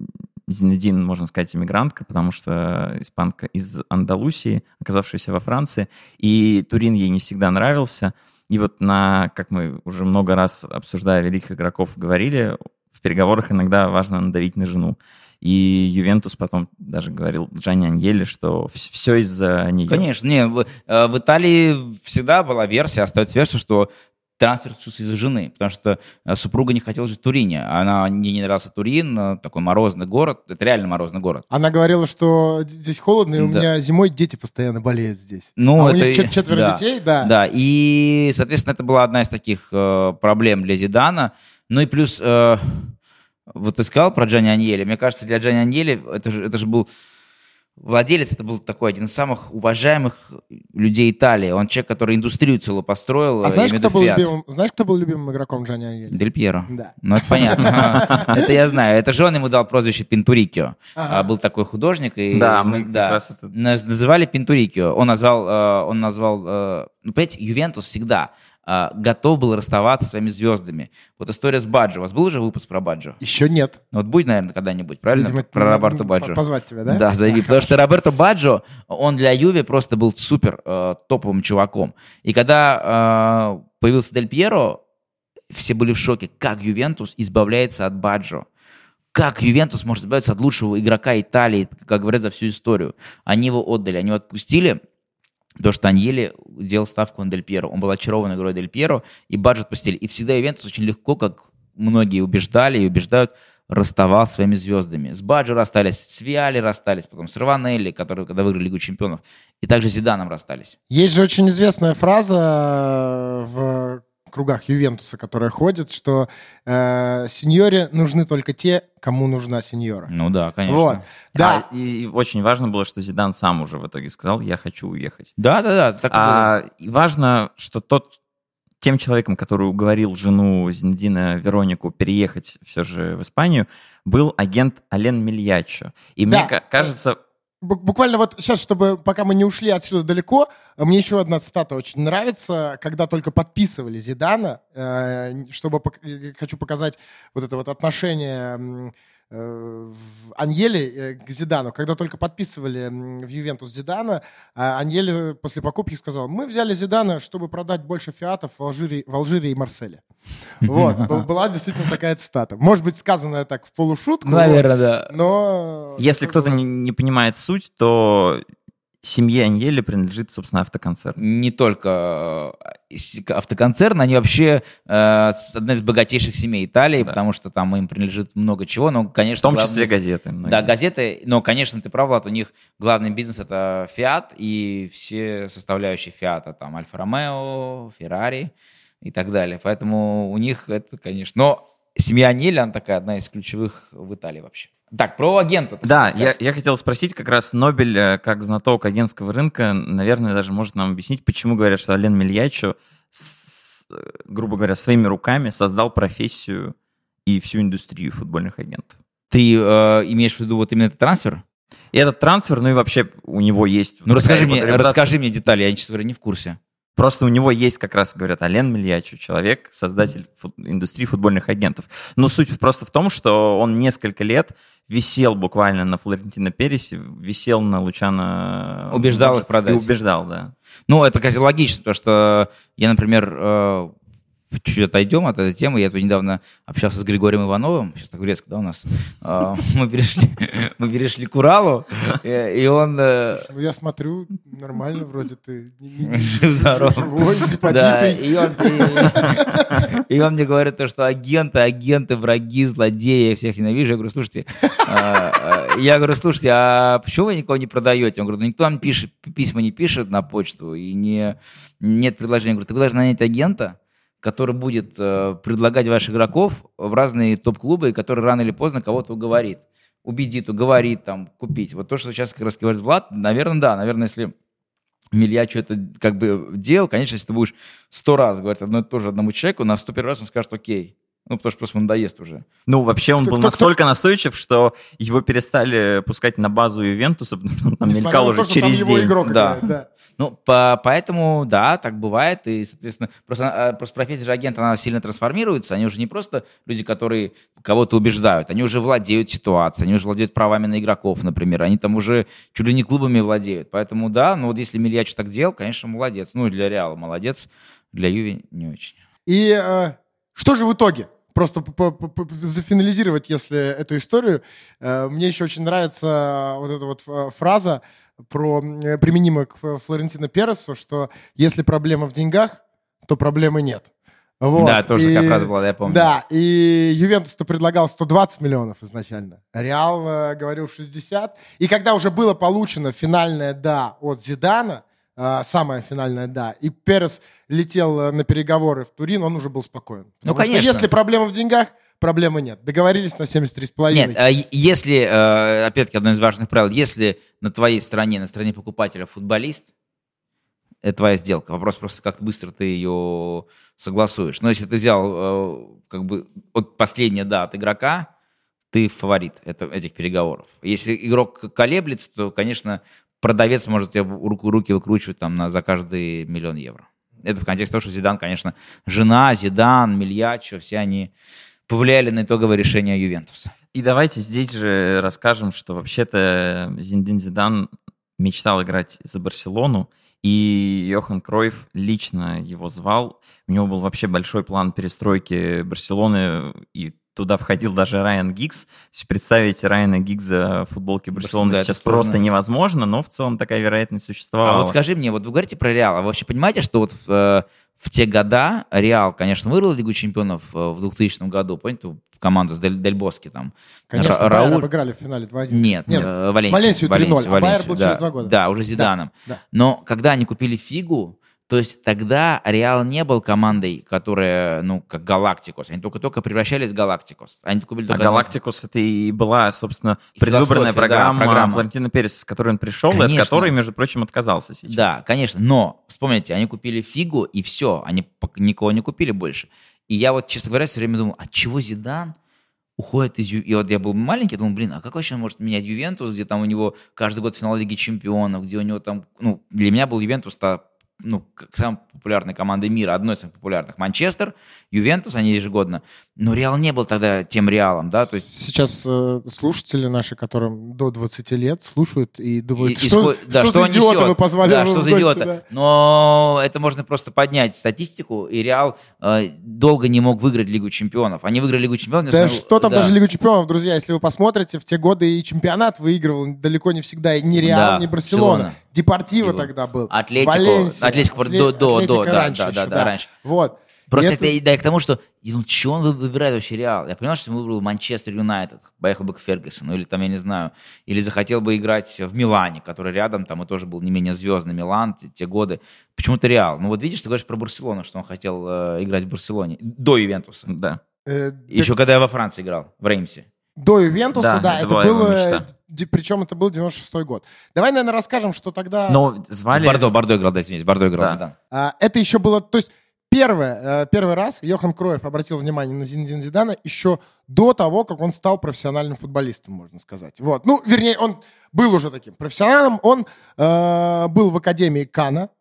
Зинедин, можно сказать, иммигрантка, потому что испанка из Андалусии, оказавшаяся во Франции, и Турин ей не всегда нравился. И вот на, как мы уже много раз, обсуждая великих игроков, говорили, в переговорах иногда важно надавить на жену. И Ювентус потом даже говорил Джанни Аньелли, что все из-за нее. Конечно, не, в, э, в Италии всегда была версия, остается версия, что трансфер случился из-за жены, потому что э, супруга не хотела жить в Турине. Она, ей не нравился Турин, э, такой морозный город, это реально морозный город. Она говорила, что здесь холодно, и у Да. меня зимой дети постоянно болеют здесь. Ну, а это у них и- чет- четверо да. детей, да. Да, и, соответственно, это была одна из таких э, проблем для Зидана. Ну и плюс, э, вот ты сказал про Джанни Аньелли. Мне кажется, для Джанни Аньелли это же, это же был владелец, это был такой один из самых уважаемых людей Италии. Он человек, который индустрию целую построил. А знаешь, я кто имею в был виду Fiat. любимым, знаешь, кто был любимым игроком Джанни Аньелли? Дель Пьеро. Да. Ну, это понятно. Это я знаю. Это же он ему дал прозвище Пинтурикио. Ага. А, Был такой художник. и Да, мы как раз это- Нас называли Пинтурикио. Он назвал, э, он назвал, э, ну, понимаете, Ювентус всегда э, готов был расставаться со своими звездами. Вот история с Баджо. У вас был уже выпуск про Баджо? Еще нет. Ну, вот будет, наверное, когда-нибудь, правильно? Видимо, Про м, Роберто м, Баджо. Позвать тебя, да? Да, зови. Потому что Роберто Баджо, он для Юве просто был супер э, топовым чуваком. И когда э, появился Дель Пьеро, все были в шоке, как Ювентус избавляется от Баджо. Как Ювентус может избавиться от лучшего игрока Италии, как говорят, за всю историю. Они его отдали, они его отпустили, потому что Аньелли делал ставку на Дель Пьеро. Он был очарован игрой Дель Пьеро, и Баджо отпустили. И всегда Ювентус очень легко, как многие убеждали и убеждают, расставал с своими звездами. С Баджо расстались, с Виали расстались, потом с Раванелли, которые когда выиграли Лигу чемпионов, и также с Зиданом расстались. Есть же очень известная фраза э, в кругах Ювентуса, которая ходит, что э, сеньоре нужны только те, кому нужна сеньора. Ну да, конечно. Вот. Да. А, и очень важно было, что Зидан сам уже в итоге сказал, я хочу уехать. Да, да, да. Так и было. А, и важно, что тот, тем человеком, который уговорил жену Зинедина Веронику переехать все же в Испанию, был агент Ален Мильяччо. И Да. мне ка- кажется... Бу- Буквально вот сейчас, чтобы пока мы не ушли отсюда далеко, мне еще одна цитата очень нравится, когда только подписывали Зидана, э, чтобы пок- э, хочу показать вот это вот отношение м, э, в Аньелли э, к Зидану, когда только подписывали м, в Ювентус Зидана, а Аньелли после покупки сказал: мы взяли Зидана, чтобы продать больше фиатов в Алжире, в Алжире и Марселе. Вот, был- была действительно такая цитата. Может быть, сказанная так в полушутку, Наверное, да. вот, но... Если это кто-то было- не, не понимает суть, то семье Аньелли принадлежит, собственно, автоконцерн. Не только э, с- автоконцерн, они вообще э, с- одна из богатейших семей Италии, Да. потому что там им принадлежит много чего, но, В конечно... том главный- числе газеты. многие. Да, газеты, но, конечно, ты прав, Влад, у них главный бизнес — это Fiat и все составляющие Fiat, там, Альфа-Ромео, Феррари и так далее. Поэтому у них это, конечно... Но семья Аньелли, она такая одна из ключевых в Италии вообще. Так, про агента. Да, я, я хотел спросить, как раз Нобель, э, как знаток агентского рынка, наверное, даже может нам объяснить, почему говорят, что Ален Мильяччо, с- э, грубо говоря, своими руками создал профессию и всю индустрию футбольных агентов. Ты э, имеешь в виду вот именно этот трансфер? И этот трансфер, ну и вообще у него есть... Ну, вот расскажи такая мне, репутация. расскажи мне детали, я, честно говоря, не в курсе. Просто у него есть, как раз говорят, Ален Мильяччо, человек, создатель фут- индустрии футбольных агентов. Но суть просто в том, что он несколько лет висел буквально на Флорентино Пересе, висел на Лучано... Убеждал их продать. И убеждал, да. Ну, это, конечно, логично, потому что я, например, э, чуть отойдем от этой темы. Я тут недавно общался с Григорием Ивановым, сейчас так резко, да, у нас. Мы перешли, мы перешли к Уралу, и он... Ну, я смотрю, нормально вроде ты. Жив-здоров. Да, и он, и он мне говорит, то, что агенты, агенты, враги, злодеи, я всех ненавижу. Я говорю, слушайте, я говорю, слушайте, а почему вы никого не продаете? Он говорит, ну, никто вам пишет, письма не пишет на почту, и не, нет предложения. Я говорю, ты должен нанять агента, который будет э, предлагать ваших игроков в разные топ-клубы, и который рано или поздно кого-то уговорит. Убедит, уговорит, там, купить. Вот то, что сейчас как раз говорит Влад, наверное, да. Наверное, если Илья что-то как бы делал, конечно, если ты будешь сто раз говорить одно и то же одному человеку, на сто первый раз он скажет «окей». Ну, потому что просто надоест уже. Ну, вообще он кто, был кто, настолько кто? настойчив, что его перестали пускать на базу Ювентуса, потому что он там Несмотря мелькал на уже то, что через там его день. игрок Да. играет, да. Ну, по, поэтому, да, так бывает. И, соответственно, просто, просто профессия же агента, она сильно трансформируется. Они уже не просто люди, которые кого-то убеждают. Они уже владеют ситуацией, они уже владеют правами на игроков, например. Они там уже чуть ли не клубами владеют. Поэтому, да, ну вот если Мильяч так делал, конечно, молодец. Ну, для Реала молодец, для Юви не очень. И э, что же в итоге? Просто зафинализировать, если эту историю. Мне еще очень нравится вот эта вот фраза про, применимая к Флорентино Пересу, что если проблема в деньгах, то проблемы нет. Вот. Да, тоже и, такая фраза была, я помню. Да, и Ювентус-то предлагал сто двадцать миллионов изначально. Реал э, говорил шестьдесят. И когда уже было получено финальное «да» от Зидана, Uh, самое финальное «да», и Перес летел на переговоры в Турин, он уже был спокоен. Ну, Потому конечно. что если проблема в деньгах, проблемы нет. Договорились на семьдесят три с половиной. Нет, а если, опять-таки, одно из важных правил, если на твоей стороне, на стороне покупателя футболист, это твоя сделка. Вопрос просто, как быстро ты ее согласуешь. Но если ты взял как бы последнее «да» от игрока, ты фаворит это, этих переговоров. Если игрок колеблется, то, конечно, продавец может тебе руку, руки выкручивать там, на, за каждый миллион евро. Это в контексте того, что Зидан, конечно, жена, Зидан, Мильячо, все они повлияли на итоговое решение Ювентуса. И давайте здесь же расскажем, что вообще-то Зинедин Зидан мечтал играть за Барселону, и Йохан Кройф лично его звал. У него был вообще большой план перестройки Барселоны, и туда входил даже Райан Гиггс. То есть представить Райана Гиггса в футболке Барселоны да, сейчас просто невозможно, но в целом такая вероятность существовала. А вот скажи мне, вот вы говорите про Реал, а вы вообще понимаете, что вот в, в те года Реал, конечно, выиграл Лигу чемпионов в двухтысячном году, помните, команду с Дель, Дель Боске там. Конечно, Ра- Байер Рауль... обыграли в финале два один. Нет, Нет э, Валенсию. Валенсию три ноль, а Байер был да, через два года. Да, уже Зиданом. Да, да. Но когда они купили Фигу, то есть тогда Реал не был командой, которая, ну, как Галактикос. Они только-только превращались в Галактикос. Они купили только а Галактикос это и была, собственно, предвыборная Философия, программа, да, программа Флорентино Переса, с которой он пришел, и Конечно. от которой, между прочим, отказался сейчас. Да, конечно. Но, вспомните, они купили Фигу, и все. Они никого не купили больше. И я вот, честно говоря, все время думал, от чего Зидан уходит из Ювентуса? И вот я был маленький, думал, блин, а как вообще он может менять Ювентус, где там у него каждый год финал Лиги Чемпионов, где у него там, ну, для меня был Ювентус-то, ну, как самой популярной командой мира, одной из самых популярных. Манчестер, Ювентус, они ежегодно. Но Реал не был тогда тем Реалом, да, то есть... Сейчас э, слушатели наши, которым до двадцати лет, слушают и думают, И- что, исход- да, что, что за он идиота несет. мы позвали Да, в что за гости, идиота. да. Но это можно просто поднять статистику, и Реал э, долго не мог выиграть Лигу Чемпионов. Они выиграли Лигу Чемпионов. Да несмотря- что там да. даже Лигу Чемпионов, друзья, если вы посмотрите, в те годы и чемпионат выигрывал далеко не всегда ни Реал, Да, ни Барселона. Барселона. Депортиво Его. тогда был. Атлетико, Валенсия, Атлетико, Атле- до- до- Атлетико до, да, раньше да, еще, да, да, раньше. Вот. Просто И это, да, и к тому, что ну, чего он вы- выбирает вообще Реал? Я понимаю, что он выбрал Манчестер Юнайтед, поехал бы к Фергюсону, или там, я не знаю, или захотел бы играть в Милане, который рядом, там и тоже был не менее звездный Милан те, те годы. Почему-то Реал. Ну вот видишь, ты говоришь про Барселону, что он хотел э, играть в Барселоне до Ювентуса. Да. Э, Еще когда я во Франции играл, в Реймсе. До Ювентуса, Да, да, это это была его было, мечта. д- причем это был девяносто шестой год. Давай, наверное, расскажем, что тогда... Но звали... Бордо, Бордо играл, да, извините, Бордо играл Да. Зидан. А, это еще было, то есть первое, э, первый раз Йохан Кройф обратил внимание на Зинедина Зидана еще до того, как он стал профессиональным футболистом, можно сказать. Вот. Ну, вернее, он был уже таким профессионалом. Он э, был в Академии Кана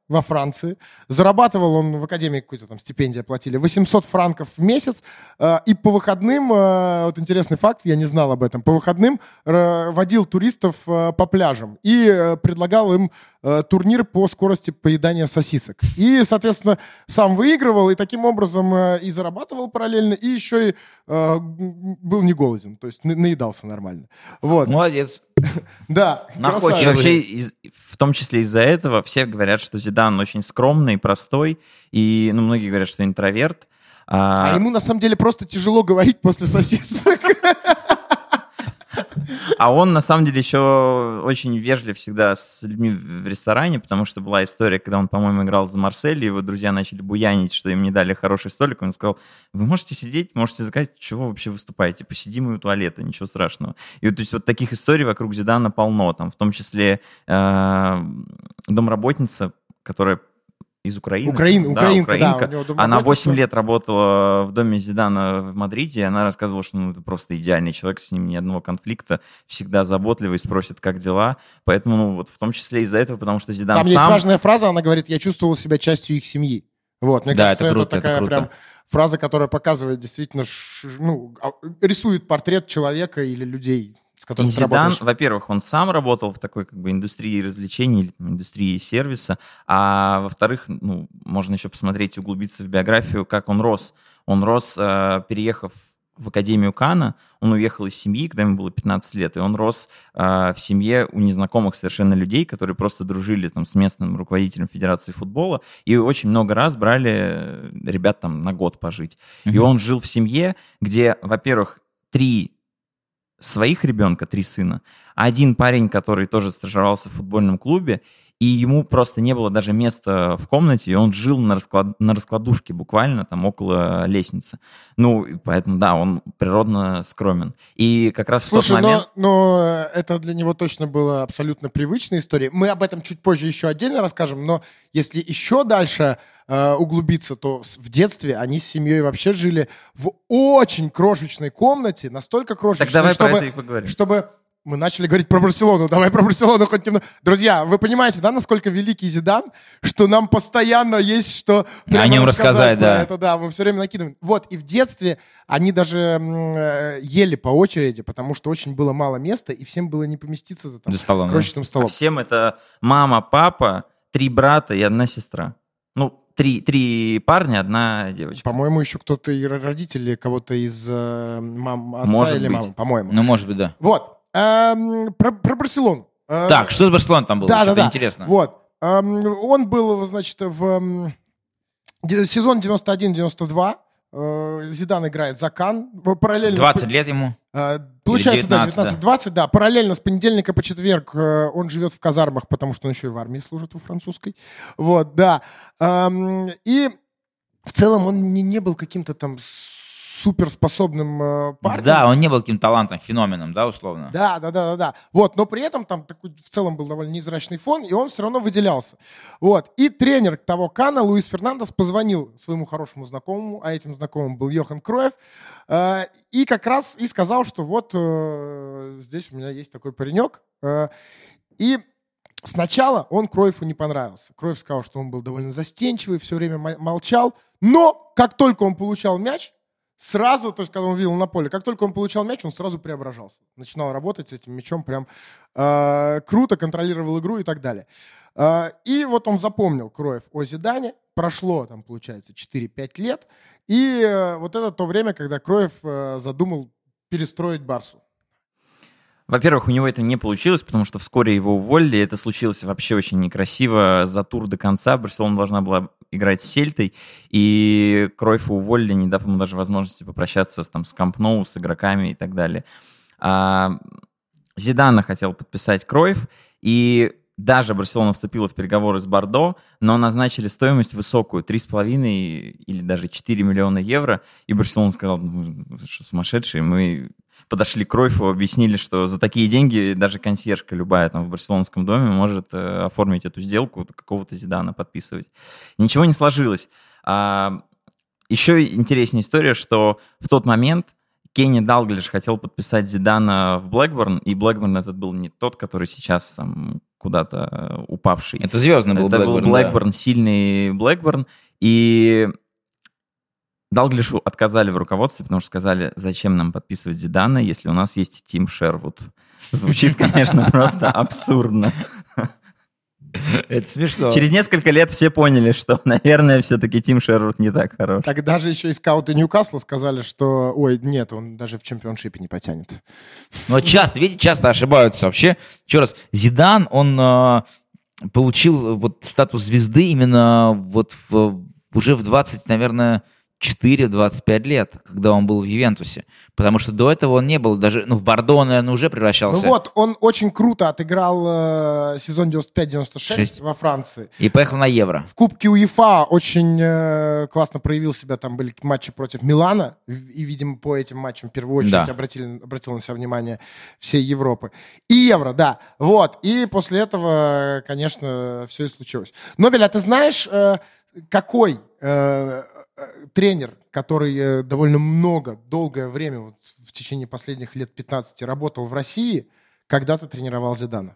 во Франции. Зарабатывал он в академии, какую-то там стипендию платили, восемьсот франков в месяц. И по выходным, вот интересный факт, я не знал об этом, по выходным водил туристов по пляжам и предлагал им турнир по скорости поедания сосисок. И, соответственно, сам выигрывал, и таким образом и зарабатывал параллельно, и еще и был не голоден, то есть наедался нормально. Вот. Молодец. Да. И вообще, из, в том числе из-за этого, все говорят, что Зидан очень скромный, простой, и ну, многие говорят, что интроверт. А... а ему на самом деле просто тяжело говорить после сосисок. А он, на самом деле, еще очень вежлив всегда с людьми в ресторане, потому что была история, когда он, по-моему, играл за Марсель, и его друзья начали буянить, что им не дали хороший столик. Он сказал, вы можете сидеть, можете заказать, чего вы вообще выступаете? Посидим и у туалета, ничего страшного. И вот, то есть вот таких историй вокруг Зидана полно, там, в том числе э, домработница, которая из Украины. Украин, да, украинка, украинка. Да, она восемь лет работала в доме Зидана в Мадриде, и она рассказывала, что ну, это просто идеальный человек, с ним ни одного конфликта, всегда заботливый, спросит, как дела. Поэтому, ну, вот в том числе из-за этого, потому что Зидан Там сам... есть важная фраза, она говорит, я чувствовал себя частью их семьи. Вот, мне да, кажется, это, это, круто, такая это прям фраза, которая показывает действительно, ну, рисует портрет человека или людей, с которыми и ты Зидан, работаешь. Во-первых, он сам работал в такой как бы индустрии развлечений или там, индустрии сервиса, а во-вторых, ну, можно еще посмотреть, углубиться в биографию, как он рос. Он рос, э, переехав в Академию Канна, он уехал из семьи, когда ему было пятнадцать лет, и он рос э, в семье у незнакомых совершенно людей, которые просто дружили там, с местным руководителем Федерации футбола, и очень много раз брали ребят там на год пожить. Mm-hmm. И он жил в семье, где, во-первых, три своих ребенка, три сына, а один парень, который тоже стажировался в футбольном клубе, и ему просто не было даже места в комнате, и он жил на, расклад... на раскладушке буквально, там, около лестницы. Ну, и поэтому, да, он природно скромен. И как раз Слушай, в тот момент... но, но это для него точно была абсолютно привычная история. Мы об этом чуть позже еще отдельно расскажем, но если еще дальше э, углубиться, то в детстве они с семьей вообще жили в очень крошечной комнате, настолько крошечной, так давай чтобы, про это и поговорим. чтобы... Мы начали говорить про Барселону. Давай про Барселону хоть немного. Друзья, вы понимаете, да, насколько великий Зидан, что нам постоянно есть что о нем рассказать, да. Это, да, мы все время накидываем. Вот, и в детстве они даже э, ели по очереди, потому что очень было мало места, и всем было не поместиться за, там, за столом, крошечным да? столом. А всем это мама, папа, три брата и одна сестра. Ну, три, три парня, одна девочка. По-моему, еще кто-то и родители кого-то из э, мам, отца может или быть. мамы, по-моему. Ну, может быть, да. Вот. Эм, про, про Барселону. Эм, так, что с Барселоной там было? Да, Что-то да, да. интересно. Вот. Эм, он был, значит, в эм, сезон девяносто один девяносто два. Э, Зидан играет за Кан. Параллельно двадцать с, лет ему? Э, получается, да, девятнадцать двадцать, да. Параллельно с понедельника по четверг э, он живет в казармах, потому что он еще и в армии служит во французской. Вот, да. Эм, и в целом он не, не был каким-то там суперспособным э, парнем. Да, он не был каким-то талантом, феноменом, да, условно? Да, да, да, да, да. Вот, но при этом там такой в целом был довольно невзрачный фон, и он все равно выделялся. Вот. И тренер того Канна, Луис Фернандес, позвонил своему хорошему знакомому, а этим знакомым был Йохан Кройф, э, и как раз и сказал, что вот э, здесь у меня есть такой паренек. Э, и сначала он Кройфу не понравился. Кройф сказал, что он был довольно застенчивый, все время молчал, но как только он получал мяч, сразу, то есть, когда он видел на поле, как только он получал мяч, он сразу преображался. Начинал работать с этим мячом прям э, круто, контролировал игру и так далее. Э, и вот он запомнил Кройф о Зидане. Прошло, там, получается, четыре-пять лет. И э, вот это то время, когда Кройф э, задумал перестроить Барсу. Во-первых, у него это не получилось, потому что вскоре его уволили. Это случилось вообще очень некрасиво. За тур до конца Барселона должна была играть с Сельтой, и Кройфа уволили, не дав ему даже возможности попрощаться там, с Камп Ноу, с игроками и так далее. А Зидана хотел подписать Кройф, и даже Барселона вступила в переговоры с Бордо, но назначили стоимость высокую, три с половиной или даже четыре миллиона евро, и Барселона сказал, ну, что сумасшедшие, мы... подошли к Кройфу, объяснили, что за такие деньги даже консьержка любая там в барселонском доме может э, оформить эту сделку, какого-то Зидана подписывать. Ничего не сложилось. А, еще интереснее история, что в тот момент Кенни Далглиш хотел подписать Зидана в Блэкборн, и Блэкборн этот был не тот, который сейчас там куда-то упавший. Это звездный был Это Блэкберн. был Блэкберн, да. сильный Блэкберн. И Далглишу отказали в руководстве, потому что сказали, зачем нам подписывать Зидана, если у нас есть Тим Шервуд. Звучит, конечно, просто абсурдно. Это смешно. Через несколько лет все поняли, что, наверное, все-таки Тим Шервуд не так хорош. Тогда же еще и скауты Ньюкасла сказали, что, ой, нет, он даже в чемпионшипе не потянет. Но часто, видите, часто ошибаются вообще. Еще раз, Зидан, он э, получил вот статус звезды именно вот в, уже в двадцать, наверное, четыре-двадцать пять лет, когда он был в Ювентусе. Потому что до этого он не был даже... Ну, в Бордо он, наверное, уже превращался. Ну вот, он очень круто отыграл э, сезон девяносто пять девяносто шесть Шесть. во Франции. И поехал на Евро. В Кубке УЕФА очень э, классно проявил себя. Там были матчи против Милана. И, видимо, по этим матчам в первую очередь Да. обратили, обратил на себя внимание всей Европы. И Евро, да. Вот. И после этого, конечно, все и случилось. Нобель, а ты знаешь, э, какой... Э, тренер, который э, довольно много, долгое время, вот, в течение последних лет пятнадцати работал в России, когда-то тренировал Зидана?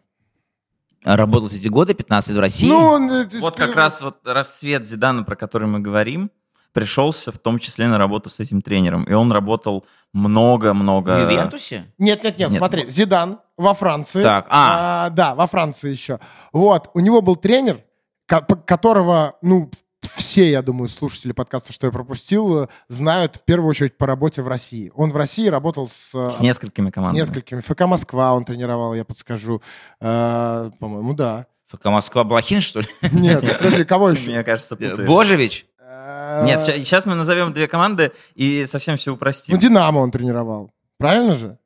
Работал эти годы, пятнадцать лет в России. Ну, он, э, Вот сп- как раз вот расцвет Зидана, про который мы говорим, пришелся в том числе на работу с этим тренером. И он работал много-много... В Ювентусе? Нет, нет, нет, Нет. смотри, Зидан во Франции. Так, а. А, да, во Франции еще. Вот, у него был тренер, ко- по- которого, ну, все, я думаю, слушатели подкаста, что я пропустил, знают в первую очередь по работе в России. Он в России работал с... С несколькими С командами. несколькими. ФК Москва он тренировал, я подскажу. Э, по-моему, да. ФК Москва Блохин, что ли? Нет, подожди, кого еще? Мне кажется, путаешь. Божевич? Э, Нет, сейчас мы назовем две команды и совсем все Ну, упростим. Динамо он тренировал. Правильно же?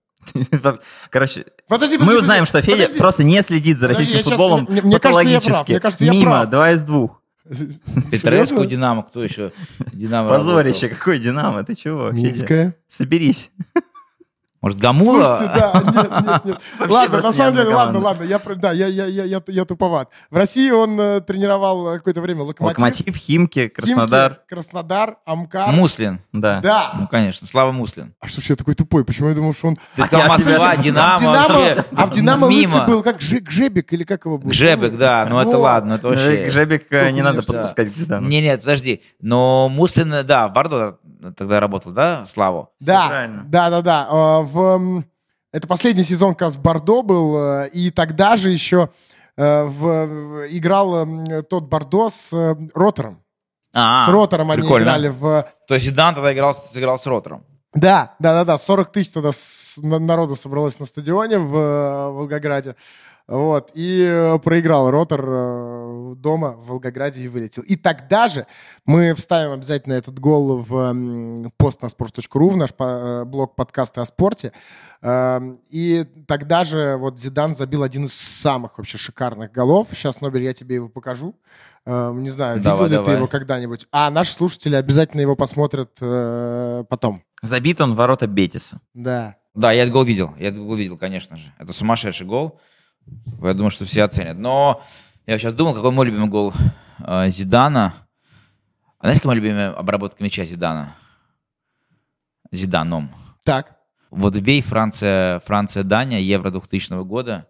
Короче, Подожди, мы подожди, узнаем, что подожди. Федя просто не следит за Подожди, российским я щас- футболом мне- мне кажется, я прав, патологически. мне кажется, я Мимо, прав. два из двух. Петреску, Серьезно? Динамо, кто еще? Динамо Позорище, работал. какой Динамо, ты чего, Федя? Минская. Соберись. Может, Гамула? Слушайте, да, нет, нет, нет. Вообще Ладно, просто на самом явно деле, ладно, команда. ладно, я, про- да, я, я, я, я, я туповат. В России он э, тренировал какое-то время Локомотив. Локомотив, Химки, Химки, Краснодар. Краснодар, Амкар. Муслин. Да. Да. Ну, конечно, Слава Муслин. А что ж я такой тупой? Почему я думал, что он... Ты сказал я Москва, тебя- А в Динамо, Динамо, вообще а в Динамо мимо. лысый был как Гже- Гжебик или как его был? Гжебек, да, ну это Вот. ладно, это вообще... Э, Жебик э, не Ну, надо конечно. подпускать к Зидану. Не, нет, подожди. Но Муслин, да, в Бордо тогда работал, да, Славу? Да, правильно. да, да, да. Э, В, м, это последний сезон как раз в Бордо был, э, и тогда же еще э, в, в- играл м, тот Бордо с э, Ротором. А, С Ротором они прикольно. играли в... То есть Зидан тогда играл, сыграл с Ротором. Да, да, да, да. сорок тысяч тогда с- на- народу собралось на стадионе в э, Волгограде. Вот. И э, проиграл Ротор э, дома в Волгограде и вылетел. И тогда же мы вставим обязательно этот гол в м, пост на sports точка ru, в наш по- э, блог подкасты о спорте. Эм, И тогда же вот Зидан забил один из самых вообще шикарных голов. Сейчас, Нобель, я тебе его покажу. Эм, Не знаю, Давай, видел ли ты давай. его когда-нибудь. А наши слушатели обязательно его посмотрят э, потом. Забит он в ворота Бетиса. Да. Да, я этот гол видел. Я этот гол видел, конечно же. Это сумасшедший гол. Я думаю, что все оценят. Но я сейчас думал, какой мой любимый гол э, Зидана. А знаете, какая моя любимая обработка мяча Зидана? Зиданом. Так. Вот вбей Франция, Франция, Дания, Евро двухтысячного года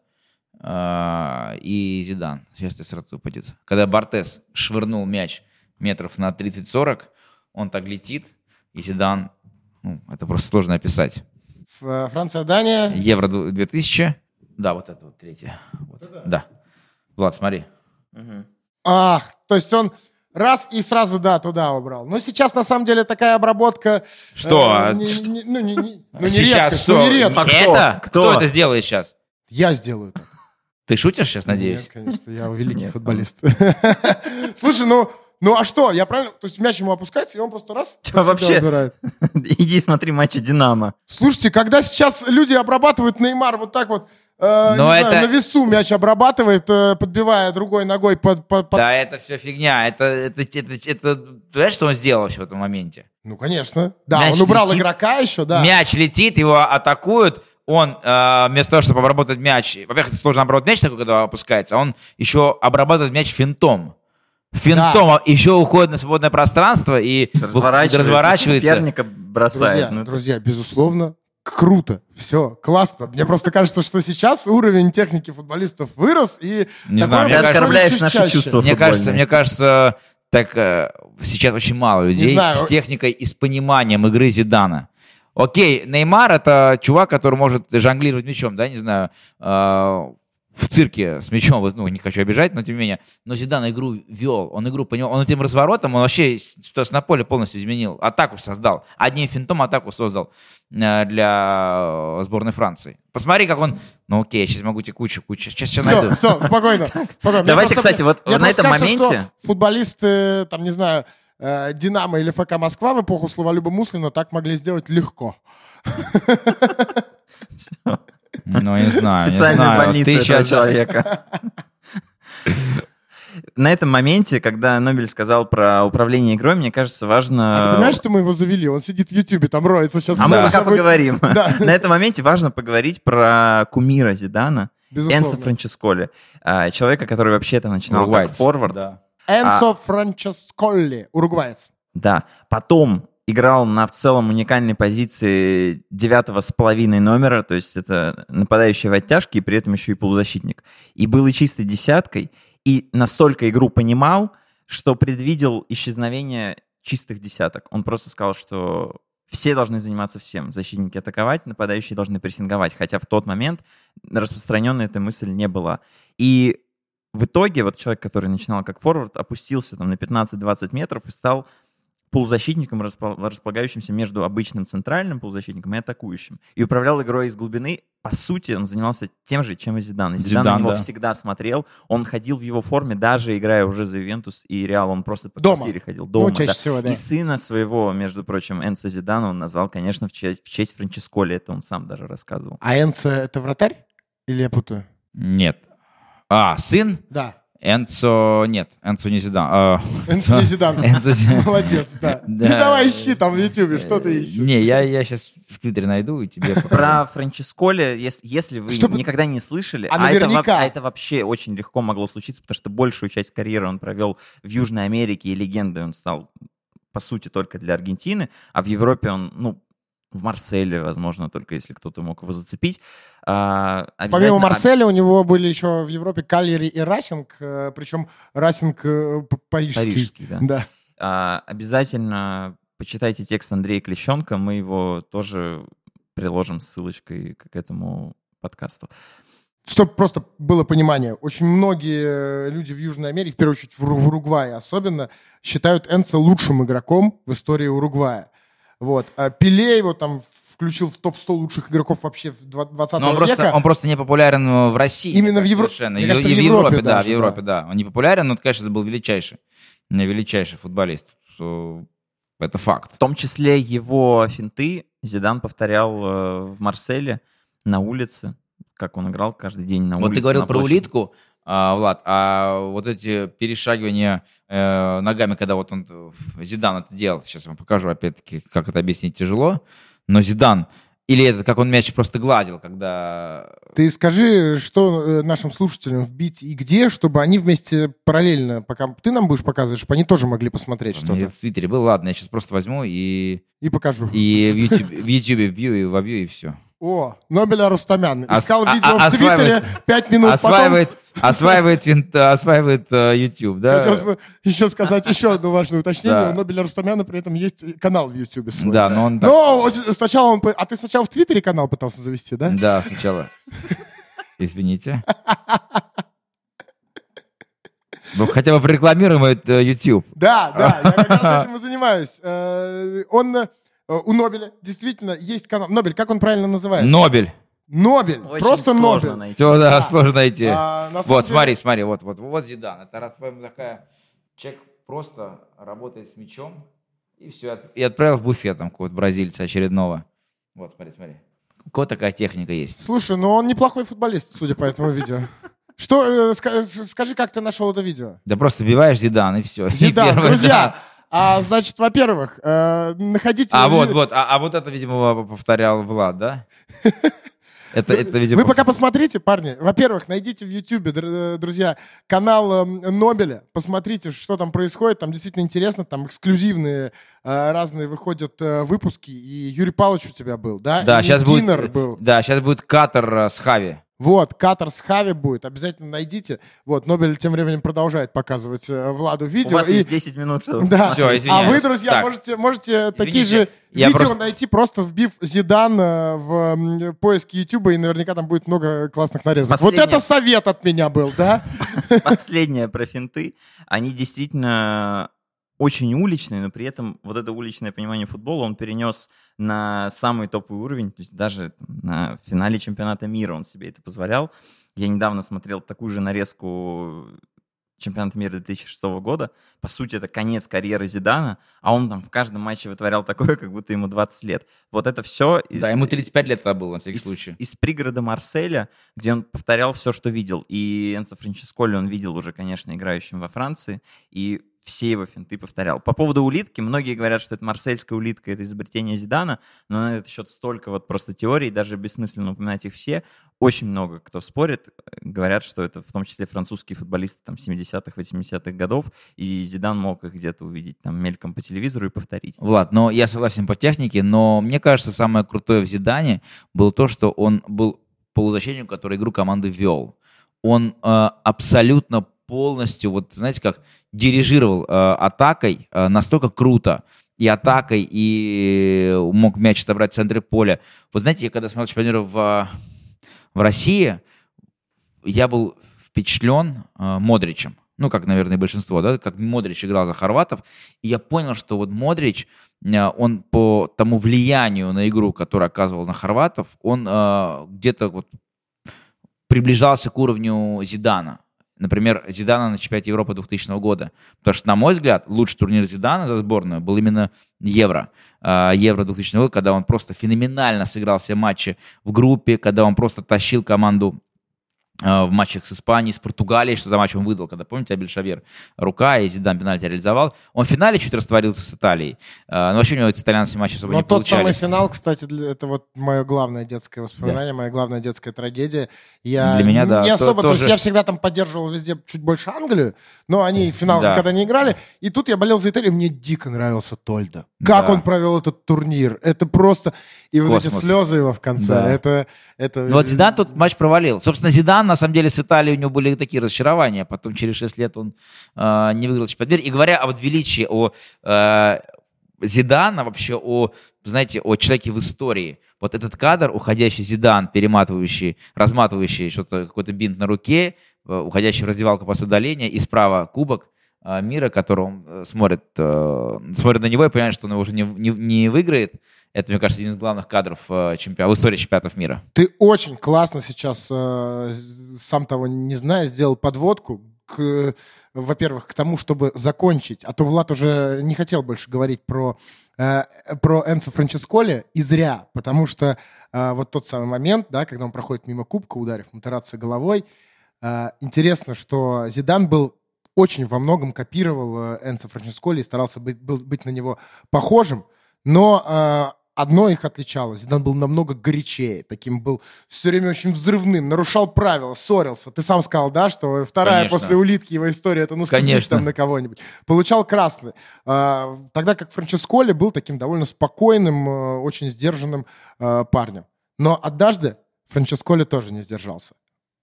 э, и Зидан. Сейчас тебе сразу упадет. Когда Бартес швырнул мяч метров на тридцать-сорок, он так летит, и Зидан, ну, это просто сложно описать. Ф- Франция, Дания. Евро две тысячи. Да, вот это вот третье. Вот. Да. Влад, смотри. Ах, то есть он раз и сразу, да, туда убрал. Но сейчас, на самом деле, такая обработка... Что? э, не- не- ну, не, не- ну, не Сейчас редкость, что? ну, не редкость. А кто? Это? Кто? Кто? это сделает сейчас? Я сделаю так. Ты шутишь сейчас, надеюсь? Нет, конечно, я великий Нет, футболист. Слушай, ну, ну а что? Я правильно... То есть мяч ему опускается, и он просто раз под себя вообще? убирает. Иди смотри матчи Динамо. Слушайте, когда сейчас люди обрабатывают Неймар вот так вот, э, Но не это- знаю, на весу мяч обрабатывает, э, подбивая другой ногой под... под- под- Да, это все фигня. Это, это, это, это, ты знаешь, что он сделал вообще в этом моменте? Ну, конечно. Да, Мяч он убрал летит. игрока еще, да. Мяч летит, его атакуют. Он э, вместо того, чтобы обработать мяч... Во-первых, это сложно обработать мяч такой, когда опускается. Он еще обрабатывает мяч финтом. Финтом а еще уходит на свободное пространство и Разворачивается, разворачивается. соперника бросает. Друзья, Ну, друзья, безусловно, круто, все, классно. Мне просто кажется, что сейчас уровень техники футболистов вырос, и... Не знаю, ты оскорбляешь наши чувства Мне футбольные. кажется, мне кажется, так э, сейчас очень мало людей с техникой и с пониманием игры Зидана. Окей, Неймар — это чувак, который может жонглировать мячом, да, не знаю, э, в цирке с мячом, ну, не хочу обижать, но тем не менее. Но Зидан игру вел, он игру понимал, он этим разворотом, он вообще ситуацию на поле полностью изменил, атаку создал, одним финтом атаку создал э, для сборной Франции. Посмотри, как он, ну окей, сейчас могу тебе кучу, кучу, сейчас, сейчас найду. Все, все, спокойно. спокойно. Давайте, просто, кстати, вот мне на этом кажется, моменте... Что футболисты, там, не знаю, э, Динамо или ФК Москва в эпоху Славолюба Муслина так могли сделать легко. Ну, не знаю, не Специальная знаю. больница Ты этого сейчас... человека. На этом моменте, когда Нобель сказал про управление игрой, мне кажется, важно... А ты понимаешь, что мы его завели? Он сидит в Ютубе, там роется сейчас. А мы Да. пока Будет- поговорим. Да. На этом моменте важно поговорить про кумира Зидана, Безусловно. Энцо Франческоли. а, Человека, который вообще-то начинал Уругвайец. как форвард. Да. Энцо Франческолли, уругваец. Да. Потом играл на в целом уникальной позиции девятого с половиной номера, то есть это нападающий в оттяжке и при этом еще и полузащитник. И был и чистой десяткой, и настолько игру понимал, что предвидел исчезновение чистых десяток. Он просто сказал, что все должны заниматься всем. Защитники атаковать, нападающие должны прессинговать. Хотя в тот момент распространенная эта мысль не была. И в итоге вот человек, который начинал как форвард, опустился там на пятнадцать-двадцать метров и стал полузащитником, располагающимся между обычным центральным полузащитником и атакующим. И управлял игрой из глубины. По сути, он занимался тем же, чем и Зидан. И Зидан, Зидан, на него да. всегда смотрел. Он ходил в его форме, даже играя уже за Ювентус и Реал. Он просто по Дома. квартире ходил. Дома, Ну, чаще да. всего, да. И сына своего, между прочим, Энцо Зидана он назвал, конечно, в честь, в честь Франческоли. Это он сам даже рассказывал. А Энцо это вратарь? Или я путаю? Нет. А, сын? Да. Энцо... Нет, Энцо не Зидан. А, Энцо не Зидан. Энцо Зидан. Молодец, да. Да. Ты давай ищи там в Ютубе, что ты ищешь. Не, я, я сейчас в Твиттере найду и тебе покажу. Про Франческоли, если, если вы Чтобы- никогда не слышали, А а, это, во- наверняка. а это вообще очень легко могло случиться, потому что большую часть карьеры он провел в Южной Америке, и легендой он стал, по сути, только для Аргентины, а в Европе он, ну, в Марселе, возможно, только если кто-то мог его зацепить. А, Помимо обязательно- Марселя у него были еще в Европе Кальери и Расинг, э, причем Расинг э, п- парижский. Парижский, да. Да. А, обязательно почитайте текст Андрея Клещенко, мы его тоже приложим ссылочкой к этому подкасту. Чтобы просто было понимание, очень многие э, люди в Южной Америке, в первую очередь в, Уру- в Уругвае особенно, считают Энцо лучшим игроком в истории Уругвая. Вот. А Пеле его там включил в топ сто лучших игроков вообще двадцатого Но он века. просто, он просто не популярен в России. Именно мне в Евро- кажется, совершенно. мне И, кажется, и в в Европе Европе, да, даже, в Европе, да. Он не популярен, но, конечно, это был величайший, величайший футболист. Что это факт. В том числе его финты Зидан повторял э, в Марселе на улице, как он играл каждый день на улице. Вот ты говорил на про площади. улитку, а, Влад, а вот эти перешагивания э, ногами, когда вот он, э, Зидан это делал, сейчас я вам покажу, опять-таки, как это объяснить тяжело, но Зидан, или это как он мяч просто гладил, когда... Ты скажи, что э, нашим слушателям вбить и где, чтобы они вместе параллельно, пока ты нам будешь показывать, чтобы они тоже могли посмотреть У меня что-то. в Твиттере был, ладно, я сейчас просто возьму и, И покажу. и в Ютубе в Ютубе вбью и вобью, и все. О, Нобеля Рустамян. Ос- Искал а- видео а- в Твиттере, осваивает- пять минут Осваивает, осваивает, винт, осваивает э, YouTube, потом. Хотелось да? бы еще сказать еще одно важное уточнение. Да. У Нобеля Рустамяна при этом есть канал в Ютубе свой. Да, но он так... Но очень- сначала он... по- А ты сначала в Твиттере канал пытался завести, да? Да, сначала. Извините. Ну, хотя бы прорекламируем этот э, YouTube. Да, да, я как раз этим и занимаюсь. Э, Он... э, У Нобеля действительно есть канал. Нобель, как он правильно называется? Нобель. Нобель. Очень Просто сложно Нобель. найти. Все, да, Да. сложно найти. А, на самом Вот, деле- смотри, смотри, вот, вот, вот Зидан. Это раз такая... Человек просто работает с мячом и все. И отправил в буфет там какого-то бразильца очередного. Вот, смотри, смотри. У кого такая техника есть? Слушай, ну он неплохой футболист, судя по этому видео. Что, э, ска- скажи, как ты нашел это видео? Да просто вбиваешь Зидан и все. Зидан, друзья, а, значит, во-первых, э, находите... А вот, вот, а, а вот это, видимо, повторял Влад, да? Это, это, видимо... Вы пока посмотрите, парни. Во-первых, найдите в Ютубе, друзья, канал Нобеля. Посмотрите, что там происходит. Там действительно интересно. Там эксклюзивные разные выходят выпуски. И Юрий Павлович у тебя был, да? Да, и сейчас будет, был. Да, сейчас будет катер с Хави. Вот, катер с Хави будет, обязательно найдите. Вот, Нобель тем временем продолжает показывать э, Владу видео. У вас и... есть десять минут. Чтобы... Да. Все, извиняюсь. А вы, друзья, так. можете, можете Извините, такие же я видео просто... найти, просто вбив Зидан в поиске Ютуба, и наверняка там будет много классных нарезок. Последнее... Вот это совет от меня был, да? Последнее про финты. Они действительно очень уличные, но при этом вот это уличное понимание футбола он перенес на самый топовый уровень, то есть даже на финале чемпионата мира он себе это позволял. Я недавно смотрел такую же нарезку чемпионата мира две тысячи шестого года. По сути, это конец карьеры Зидана, а он там в каждом матче вытворял такое, как будто ему двадцать лет. Вот это все... Да, ему тридцать пять лет тогда было, на всякий из, случай. Из пригорода Марселя, где он повторял все, что видел. И Энцо Франческоли он видел уже, конечно, играющим во Франции, и все его финты повторял. По поводу улитки, многие говорят, что это марсельская улитка, это изобретение Зидана, но на этот счет столько вот просто теорий, даже бессмысленно упоминать их все. Очень много кто спорит, говорят, что это в том числе французские футболисты там семидесятых, восьмидесятых годов, и Зидан мог их где-то увидеть там мельком по телевизору и повторить. Влад, но я согласен по технике, но мне кажется, самое крутое в Зидане было то, что он был полузащитником, который игру команды вел. Он э, абсолютно полностью, вот знаете как, дирижировал э, атакой э, настолько круто, и атакой, и мог мяч собрать в центре поля. Вот знаете, я когда смотрел чемпионат в, в России, я был впечатлен э, Модричем. Ну, как, наверное, большинство, да, как Модрич играл за хорватов. И я понял, что вот Модрич, э, он по тому влиянию на игру, которую оказывал на хорватов, он э, где-то вот приближался к уровню Зидана. Например, Зидана на чемпионате Европы двухтысячного года. Потому что, на мой взгляд, лучший турнир Зидана за сборную был именно Евро. Евро двухтысячного года, когда он просто феноменально сыграл все матчи в группе, когда он просто тащил команду в матчах с Испанией, с Португалией, что за матч он выдал, когда, помните, Абель Шавер рука, и Зидан пенальти реализовал. Он в финале чуть растворился с Италией. Но вообще у него эти итальянские матчи особо Но не получались. Но тот самый финал, кстати, это вот мое главное детское воспоминание, да. моя главная детская трагедия. Я Для меня, да. Не особо, то, то тоже... есть я всегда там поддерживал везде чуть больше Англию, но они в финалах да. когда не играли. И тут я болел за Италию, мне дико нравился Тольдо. Как да. он провел этот турнир. Это просто... И вот Космос. эти слезы его в конце. Да. Это, это... Ну вот Зидан тут матч провалил. Собственно, Зидан, на самом деле, с Италией у него были такие разочарования. Потом через шесть лет он э, не выиграл чемпионат мира. И говоря о вот величии, о э, Зидана, вообще о, знаете, о человеке в истории. Вот этот кадр, уходящий Зидан, перематывающий, разматывающий что-то, какой-то бинт на руке, э, уходящий в раздевалку после удаления, и справа кубок э, мира, который он э, смотрит, э, смотрит на него и понимает, что он его уже не, не, не выиграет. Это, мне кажется, один из главных кадров э, чемпион... в истории чемпионатов мира. Ты очень классно сейчас, э, сам того не зная, сделал подводку к, во-первых, к тому, чтобы закончить. А то Влад уже не хотел больше говорить про, э, про Энцо Франческоли, и зря. Потому что э, вот тот самый момент, да, когда он проходит мимо кубка, ударив Матерацци головой, э, интересно, что Зидан был очень во многом копировал Энцо Франческоли и старался быть, был, быть на него похожим, но... Э, Одно их отличало. Зидан был намного горячее. Таким был все время очень взрывным. Нарушал правила, ссорился. Ты сам сказал, да, что вторая Конечно. после улитки его история, это наступить там на кого-нибудь. Получал красный. Тогда как Франческоли был таким довольно спокойным, очень сдержанным парнем. Но однажды Франческоли тоже не сдержался.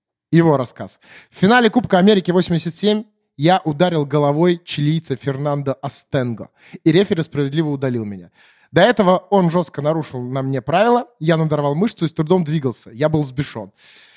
Его рассказ. В финале Кубка Америки восемьдесят семь я ударил головой чилийца Фернандо Астенго. И рефери справедливо удалил меня. До этого он жестко нарушил на мне правила, я надорвал мышцу и с трудом двигался. Я был взбешен.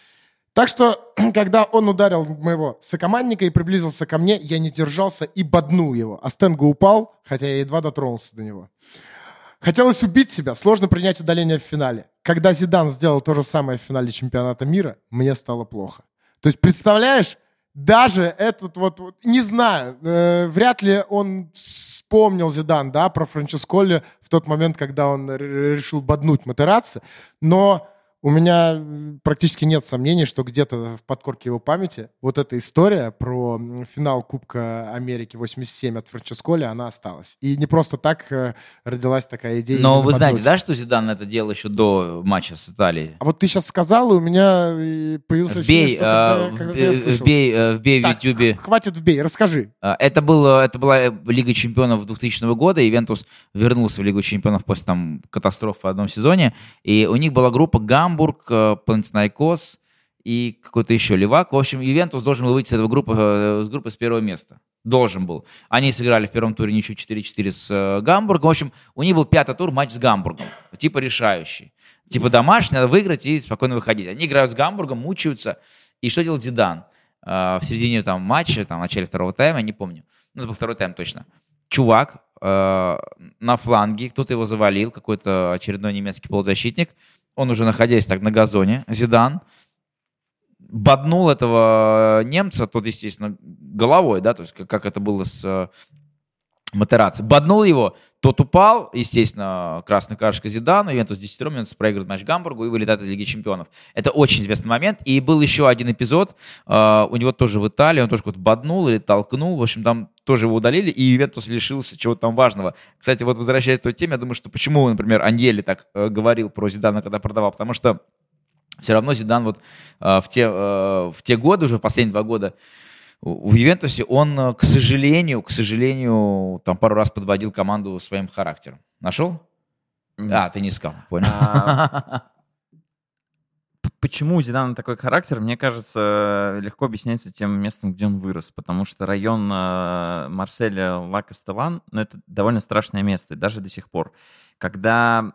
Так что, когда он ударил моего сокомандника и приблизился ко мне, я не держался и боднул его. Астенго упал, хотя я едва дотронулся до него. Хотелось убить себя, сложно принять удаление в финале. Когда Зидан сделал то же самое в финале чемпионата мира, мне стало плохо. То есть, представляешь, даже этот вот, вот не знаю, э, вряд ли он вспомнил Зидан, да, про Франческоли в тот момент, когда он решил боднуть Матерацци, но у меня практически нет сомнений, что где-то в подкорке его памяти вот эта история про финал Кубка Америки восемьдесят семь от Франческоли, она осталась. И не просто так э, родилась такая идея. Но вы знаете, да, что Зидан это делал еще до матча с Италией? А вот ты сейчас сказал, и у меня появилось ощущение, Вбей, что когда, э, я- когда в- я слышал. вбей, э, вбей в Так, Ютьюбе. х- хватит вбей, расскажи. А, Это, было, это была Лига чемпионов двухтысячного года. Ивентус вернулся в Лигу чемпионов после там, катастрофы в одном сезоне. И у них была группа Гамбург, э, Панатинайкос и какой-то еще Левак. В общем, Ивентус должен был выйти с, этого группы, э, с группы с первого места. Должен был. Они сыграли в первом туре ничью четыре-четыре с э, Гамбургом. В общем, у них был пятый тур, матч с Гамбургом. Типа решающий. Типа домашний, надо выиграть и спокойно выходить. Они играют с Гамбургом, мучаются. И что делает Зидан? Э, в середине там, матча, там, в начале второго тайма, я не помню. Ну, это был второй тайм точно. Чувак э, на фланге, кто-то его завалил, какой-то очередной немецкий полузащитник. Он уже находясь так на газоне, Зидан, боднул этого немца, тот, естественно, головой, да, то есть как, как это было с э, Матераци. Боднул его, тот упал, естественно, красная карточка Зидану, Ювентус десятером минут проигрывает матч Гамбургу и вылетает из Лиги чемпионов. Это очень известный момент. И был еще один эпизод, э, у него тоже в Италии, он тоже вот боднул или толкнул, в общем, там тоже его удалили, и Ювентус лишился чего-то там важного. Кстати, вот возвращаясь к той теме, я думаю, что почему, например, Аньелли так э, говорил про Зидана, когда продавал, потому что все равно Зидан вот э, в, те, э, в те годы, уже в последние два года, в Ювентусе он, к сожалению, к сожалению, там пару раз подводил команду своим характером. Нашел? Нет. А, ты не искал, понял. А, п- Почему у Зидана такой характер, мне кажется, легко объясняется тем местом, где он вырос. Потому что район э, Марселя Ла-Кастелан, ну, это довольно страшное место, и даже до сих пор. Когда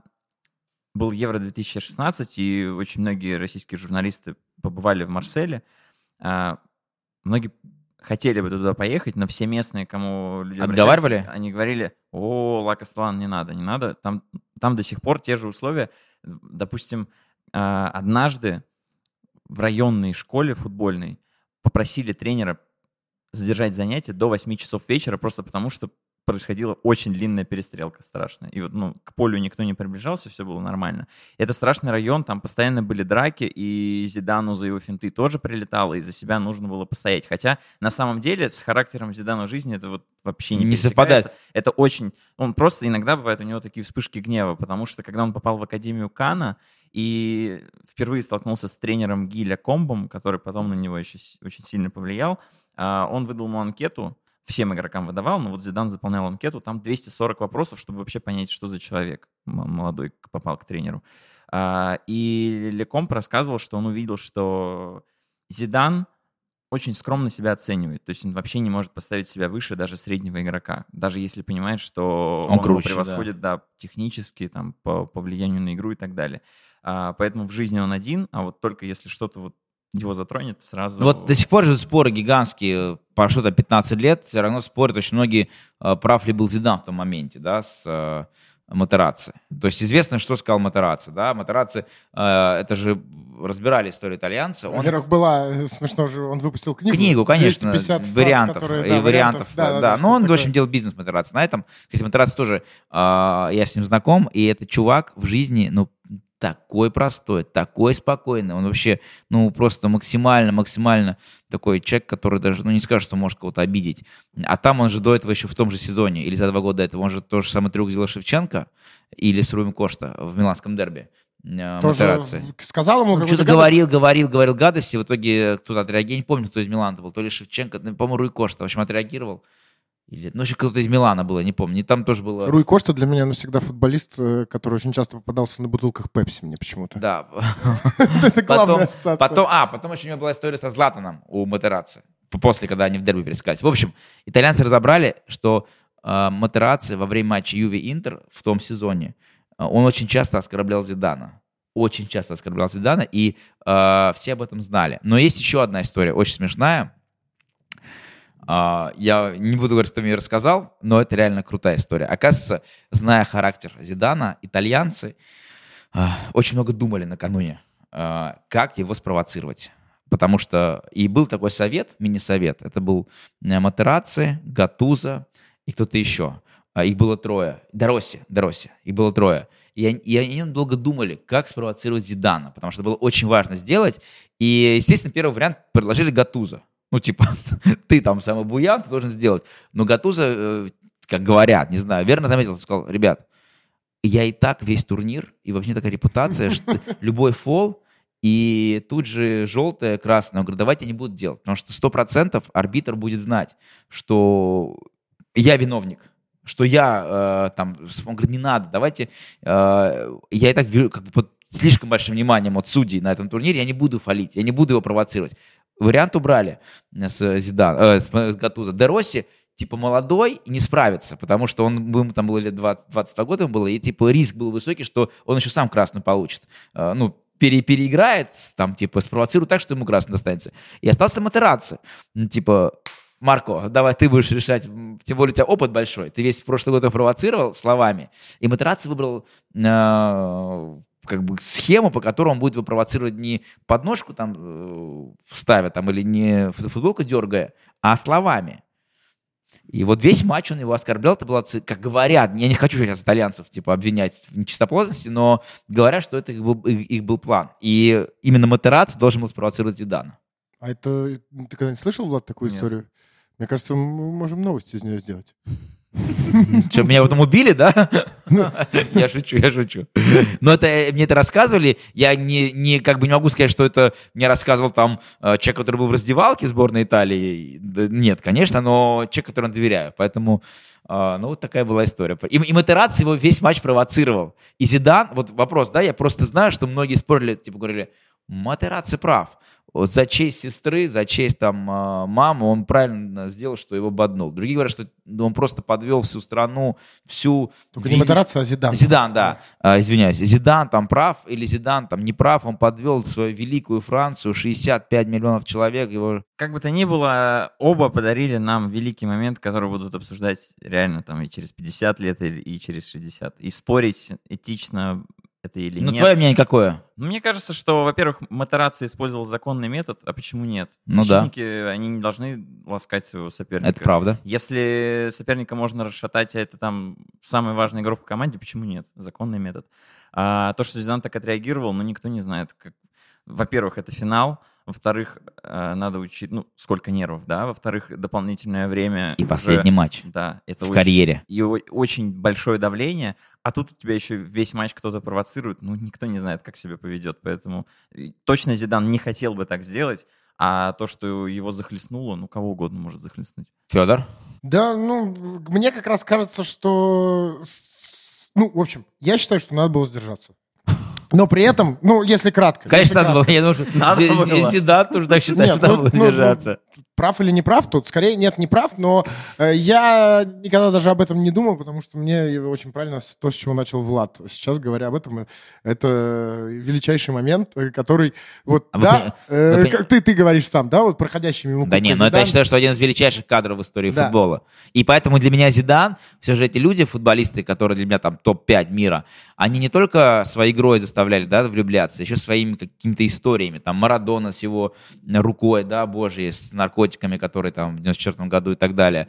был Евро две тысячи шестнадцать, и очень многие российские журналисты побывали в Марселе, э, многие хотели бы туда поехать, но все местные, кому люди Отговаривали? обращались, они говорили: о, Ла-Кастелан не надо, не надо. Там, там до сих пор те же условия. Допустим, э, однажды в районной школе футбольной попросили тренера задержать занятия до восьми часов вечера, просто потому что происходила очень длинная перестрелка страшная. И вот, ну, к полю никто не приближался, все было нормально. Это страшный район, там постоянно были драки, и Зидану за его финты тоже прилетало, и за себя нужно было постоять. Хотя, на самом деле, с характером Зидана в жизни это вот вообще не, Не пересекается. совпадает. Это очень... Он просто иногда бывает у него такие вспышки гнева, потому что, когда он попал в Академию Кана и впервые столкнулся с тренером Гиля Комбом, который потом на него еще с- очень сильно повлиял, а, он выдал ему анкету, всем игрокам выдавал, но вот Зидан заполнял анкету, там двести сорок вопросов, чтобы вообще понять, что за человек м- молодой попал к тренеру. А, И Лекомб рассказывал, что он увидел, что Зидан очень скромно себя оценивает. То есть он вообще не может поставить себя выше даже среднего игрока. Даже если понимает, что Он он, его круче, превосходит, да, технически, там, по, по влиянию на игру и так далее. А, поэтому в жизни он один, а вот только если что-то вот его затронет, сразу... Вот до сих пор же споры гигантские, прошло-то пятнадцать лет, все равно спорят очень многие, э, прав ли был Зидан в том моменте, да, с э, Матераци. То есть известно, что сказал Матераци, да, Матераци, э, это же разбирали историю итальянца. Он... Во-первых, была, э, смешно же, он выпусил книгу. Книгу, конечно, двести пятьдесят фраз, вариантов, которые, и да, вариантов, да, да, да. да, Но он, в что-то общем, такое. делал бизнес Матераци на этом. Кстати, Матераци тоже, э, я с ним знаком, и этот чувак в жизни, ну, такой простой, такой спокойный. Он вообще, ну, просто максимально, максимально такой человек, который даже, ну, не скажет, что может кого-то обидеть. А там он же до этого еще в том же сезоне, или за два года до этого, он же тот же самый трюк сделал Шевченко или с Руем Кошта в миланском дерби. э, Тоже Матераци. сказал ему Он какую-то что-то гадость? говорил, говорил, говорил гадости, в итоге кто-то отреагировал, я не помню, кто из Милана был, то ли Шевченко, ну, по-моему, Руй Кошта, в общем, отреагировал. Или, ну, еще кто-то из Милана было, не помню. И там тоже было... Руй Кошта для меня навсегда футболист, э, который очень часто попадался на бутылках Пепси мне почему-то. Да. Это главная Потом, ассоциация. потом, а, потом еще у него была история со Златаном у Матераци. После, когда они в дерби пересекались. В общем, итальянцы разобрали, что э, Матераци во время матча Юве-Интер в том сезоне, э, он очень часто оскорблял Зидана. Очень часто оскорблял Зидана, и э, все об этом знали. Но есть еще одна история, очень смешная. Uh, я не буду говорить, кто мне ее рассказал, но это реально крутая история. Оказывается, зная характер Зидана, итальянцы uh, очень много думали накануне, uh, как его спровоцировать. Потому что и был такой совет, мини-совет. Это был Матераци, Гаттузо и кто-то еще. Uh, их было трое. Де Росси, Де Росси. Их было трое. И они, и они долго думали, как спровоцировать Зидана, потому что было очень важно сделать. И, естественно, первый вариант предложили Гаттузо. Ну, типа, ты там самый буян, ты должен сделать. Но Гаттузо, как говорят, не знаю, верно заметил, сказал, ребят, я и так весь турнир, и вообще такая репутация, что любой фол, и тут же желтое, красное. Он говорит, давайте не буду делать, потому что сто процентов арбитр будет знать, что я виновник, что я э, там... Он говорит, не надо, давайте... Э, я и так как бы под слишком большим вниманием от судей на этом турнире, я не буду фолить, я не буду его провоцировать. Вариант убрали с Зидан, э, с Гаттузо. Де Росси, типа, молодой, не справится, потому что он, ему там было лет двадцать, двадцать два года ему было, и типа риск был высокий, что он еще сам красную получит. Э, ну, Пере, переиграет, там, типа, спровоцирует так, что ему красный достанется. И остался Матерацци. Типа, Марко, давай ты будешь решать, тем более у тебя опыт большой. Ты весь прошлый год его провоцировал словами. И Матерацци выбрал э, как бы схему, по которой он будет его провоцировать не подножку там э, ставя там, или не футболку дергая, а словами. И вот весь матч он его оскорблял, это было, как говорят, я не хочу сейчас итальянцев типа обвинять в нечистоплотности, но говорят, что это их был, их, их был план. И именно Матерацци должен был спровоцировать Зидана. А это, ты когда-нибудь слышал, Влад, такую Нет. историю? Мне кажется, мы можем новости из нее сделать. Что, меня потом убили, да? Я шучу, я шучу. Но это мне это рассказывали. Я не, не, как бы не могу сказать, что это мне рассказывал там человек, который был в раздевалке сборной Италии. Нет, конечно, но человек, которому доверяю. Поэтому, ну, вот такая была история. И, и Матерацци его весь матч провоцировал. И Зидан, вот вопрос, да, я просто знаю, что многие спорили, типа говорили, Матерацци прав. Вот за честь сестры, за честь там мамы он правильно сделал, что его боднул. Другие говорят, что он просто подвел всю страну, всю... Только не Матерацци, а Зидан. Зидан, да. А, извиняюсь. Зидан там прав или Зидан там не прав. Он подвел свою великую Францию, шестьдесят пять миллионов человек. Его... Как бы то ни было, оба подарили нам великий момент, который будут обсуждать реально там и через пятьдесят лет, и через шестьдесят. И спорить этично... это или ну, нет. твое мнение какое? Мне кажется, что, во-первых, Матерацци использовал законный метод, а почему нет? Ну Защитники, да. они не должны ласкать своего соперника. Это правда. Если соперника можно расшатать, а это там самый важный игрок в команде, почему нет? Законный метод. А то, что Зидан так отреагировал, ну, никто не знает. Как... Во-первых, это финал. Во-вторых, надо учить, ну, сколько нервов, да. Во-вторых, дополнительное время. И последний уже... матч. Да, это в очень... карьере. И очень большое давление. А тут у тебя еще весь матч кто-то провоцирует. Ну, никто не знает, как себя поведет. Поэтому точно Зидан не хотел бы так сделать. А то, что его захлестнуло, ну, кого угодно может захлестнуть. Федор? Да, ну, мне как раз кажется, что... Ну, в общем, я считаю, что надо было сдержаться. Но при этом, ну, если кратко. Конечно, если надо кратко. было. Я думаю, что Зидан тоже так считает, Нет, что надо ну, было сдержаться. Ну, прав или не прав, тут скорее нет, не прав, но э, я никогда даже об этом не думал, потому что мне очень правильно то, с чего начал Влад. Сейчас, говоря об этом, это величайший момент, который, вот, а да, вы, э, вы, как ты, ты говоришь сам, да, вот проходящий мимо Да не, но это я считаю, что один из величайших кадров в истории да. футбола. И поэтому для меня Зидан, все же эти люди, футболисты, которые для меня там топ пять мира, они не только своей игрой заставляли, да, влюбляться, еще своими какими-то историями. Там Марадона с его рукой, да, божьей, с наркотиками, которые там в девяносто четвёртом году и так далее.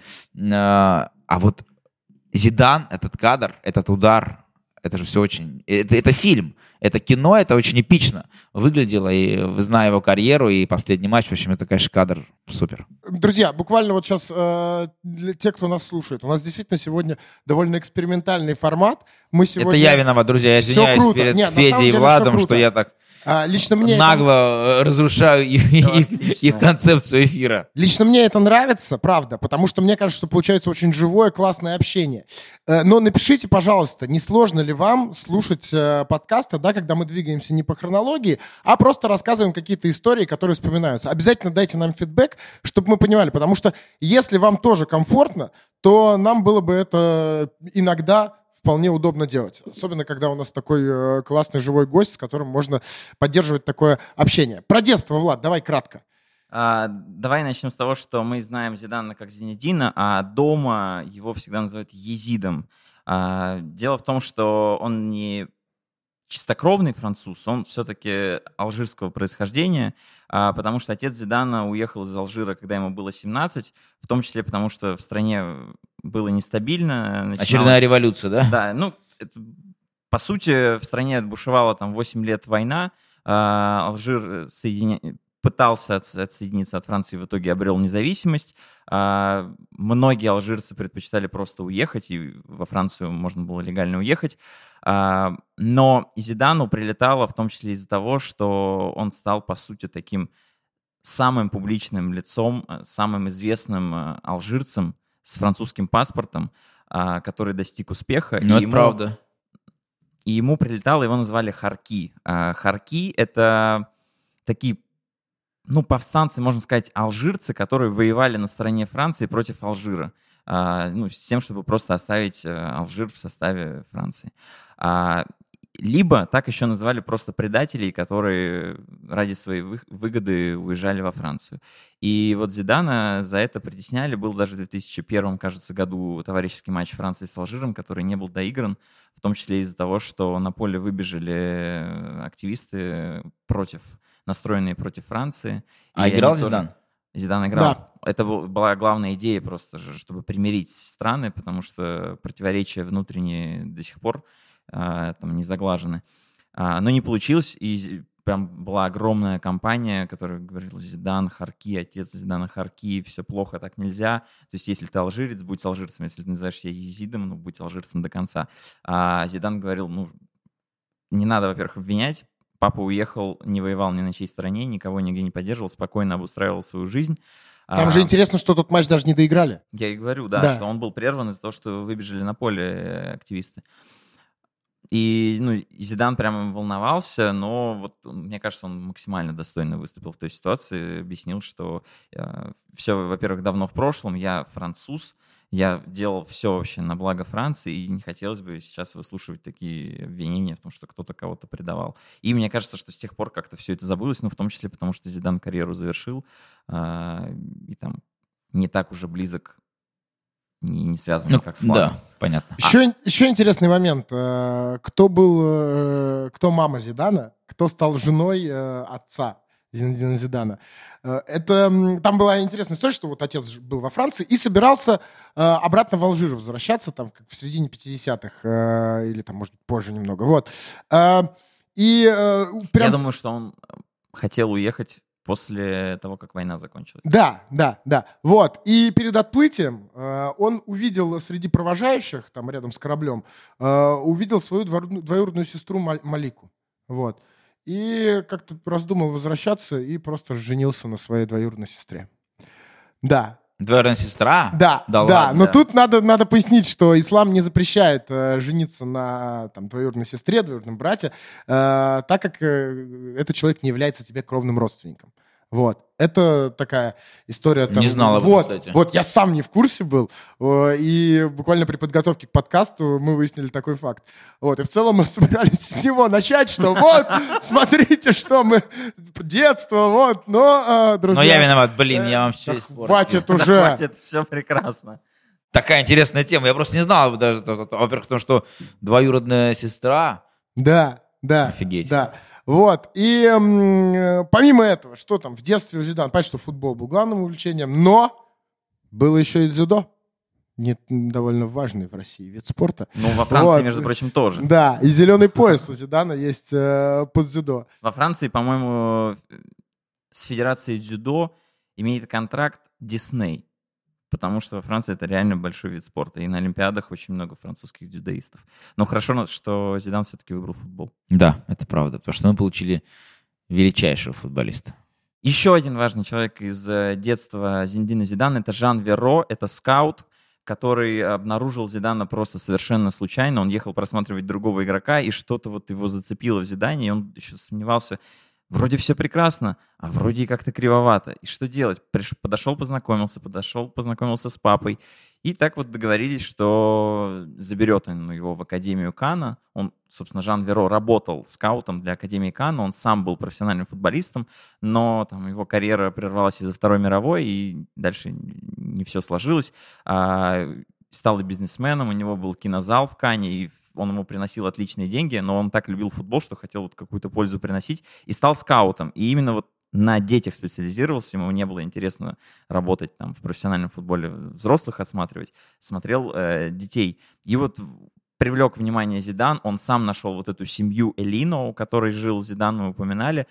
А вот Зидан, этот кадр, этот удар, это же все очень... Это, это фильм, это кино, это очень эпично выглядело, и зная его карьеру и последний матч, в общем, это, конечно, кадр супер. Друзья, буквально вот сейчас э, для тех, кто нас слушает, у нас действительно сегодня довольно экспериментальный формат. Мы сегодня... Это я виноват, друзья, я извиняюсь перед Нет, Федей и Владом, что я так... А, лично мне нагло это... разрушаю их, их, их концепцию эфира. Лично мне это нравится, правда, потому что мне кажется, что получается очень живое, классное общение. Но напишите, пожалуйста, не сложно ли вам слушать подкасты, да, когда мы двигаемся не по хронологии, а просто рассказываем какие-то истории, которые вспоминаются. Обязательно дайте нам фидбэк, чтобы мы понимали, потому что если вам тоже комфортно, то нам было бы это иногда вполне удобно делать. Особенно, когда у нас такой э, классный живой гость, с которым можно поддерживать такое общение. Про детство, Влад, давай кратко. А, давай начнем с того, что мы знаем Зидана как Зинедина, а дома его всегда называют Езидом. А, дело в том, что он не чистокровный француз, он все-таки алжирского происхождения, а, потому что отец Зидана уехал из Алжира, когда ему было семнадцать, в том числе потому, что в стране было нестабильно. Очередная революция, да? Да, ну, это по сути, в стране бушевала там восемь лет война, Алжир соединя... пытался отсоединиться от Франции, в итоге обрел независимость. Многие алжирцы предпочитали просто уехать, и во Францию можно было легально уехать. Но Зидану прилетало в том числе из-за того, что он стал, по сути, таким самым публичным лицом, самым известным алжирцем с французским паспортом, который достиг успеха. Ну, это ему... правда. И ему прилетало, его назвали Харки. Харки — это такие, ну, повстанцы, можно сказать, алжирцы, которые воевали на стороне Франции против Алжира. Ну, с тем, чтобы просто оставить Алжир в составе Франции. Либо так еще называли просто предателей, которые ради своей выгоды уезжали во Францию. И вот Зидана за это притесняли. Был даже в две тысячи первом, кажется, году товарищеский матч Франции с Алжиром, который не был доигран, в том числе из-за того, что на поле выбежали активисты против, настроенные против Франции. А и играл Зидан? Тоже... Зидан играл. Да. Это была главная идея просто, чтобы примирить страны, потому что противоречия внутренние до сих пор там не заглажены. Но не получилось, и прям была огромная кампания, которая говорила: Зидан, Харки, отец Зидана Харки, все плохо, так нельзя. То есть если ты алжирец, будь алжирцем, если ты называешь себя езидом, ну, будь алжирцем до конца. А Зидан говорил: ну, не надо, во-первых, обвинять. Папа уехал, не воевал ни на чьей стороне, никого нигде не поддерживал, спокойно обустраивал свою жизнь. Там а, же интересно, что тот матч даже не доиграли. Я и говорю, да, да, что он был прерван из-за того, что выбежали на поле активисты. И, ну, Зидан прямо волновался, но вот, мне кажется, он максимально достойно выступил в той ситуации, объяснил, что э, все, во-первых, давно в прошлом, я француз, я делал все вообще на благо Франции, и не хотелось бы сейчас выслушивать такие обвинения в том, что кто-то кого-то предавал. И мне кажется, что с тех пор как-то все это забылось, ну, в том числе потому, что Зидан карьеру завершил, э, и там не так уже близок, не, не связан ну, как с флагом. Да, понятно. Еще, а. еще интересный момент. Кто был, кто мама Зидана, кто стал женой отца Зинедина Зидана. Это, там была интересная история, что вот отец был во Франции и собирался обратно в Алжир возвращаться, там, как в середине пятидесятых, или там, может быть, позже немного. Вот. И прям... Я думаю, что он хотел уехать после того, как война закончилась. Да, да, да. Вот. И перед отплытием э, он увидел среди провожающих, там рядом с кораблем, э, увидел свою двоюродную, двоюродную сестру Малику. Вот. И как-то раздумал возвращаться и просто женился на своей двоюродной сестре. Да. Двоюродная сестра? Да, да, да. ладно, Но да. тут надо, надо пояснить, что ислам не запрещает э, жениться на там, двоюродной сестре, двоюродном брате, э, так как э, этот человек не является тебе кровным родственником. Вот. Это такая история. Там, не знал об этом, вот, кстати. Вот, я сам не в курсе был. И буквально при подготовке к подкасту мы выяснили такой факт. Вот. И в целом мы собирались с него начать, что вот, смотрите, что мы... Детство, вот. Но, друзья... Но я виноват, блин, я вам все испортил. Хватит уже. Хватит, все прекрасно. Такая интересная тема. Я просто не знал, даже, во-первых, потому что двоюродная сестра... Да, да. Офигеть. Да. Вот, и м, помимо этого, что там, в детстве у Зидана, понятно, что футбол был главным увлечением, но было еще и дзюдо, не, довольно важный в России вид спорта. Ну, во Франции, вот. Между прочим, тоже. Да, и зеленый пояс у Зидана есть э, под дзюдо. Во Франции, по-моему, с Федерацией дзюдо имеет контракт Дисней, потому что во Франции это реально большой вид спорта, и на Олимпиадах очень много французских дзюдоистов. Но хорошо, что Зидан все-таки выбрал футбол. Да, это правда, потому что мы получили величайшего футболиста. Еще один важный человек из детства Зинедина Зидана — это Жан Веро, это скаут, который обнаружил Зидана просто совершенно случайно. Он ехал просматривать другого игрока, и что-то вот его зацепило в Зидане, и он еще сомневался. Вроде все прекрасно, а вроде и как-то кривовато. И что делать? Приш... Подошел, познакомился, подошел, познакомился с папой. И так вот договорились, что заберет он его в Академию Канна. Он, собственно, Жан Веро работал скаутом для Академии Канна. Он сам был профессиональным футболистом, но там его карьера прервалась из-за Второй мировой, и дальше не все сложилось. А, стал и бизнесменом, у него был кинозал в Канне, и он ему приносил отличные деньги, но он так любил футбол, что хотел вот какую-то пользу приносить, и стал скаутом. И именно вот на детях специализировался, ему не было интересно работать там в профессиональном футболе, взрослых отсматривать, смотрел э, детей. И вот привлек внимание Зидан, он сам нашел вот эту семью Элино, у которой жил Зидан, мы упоминали,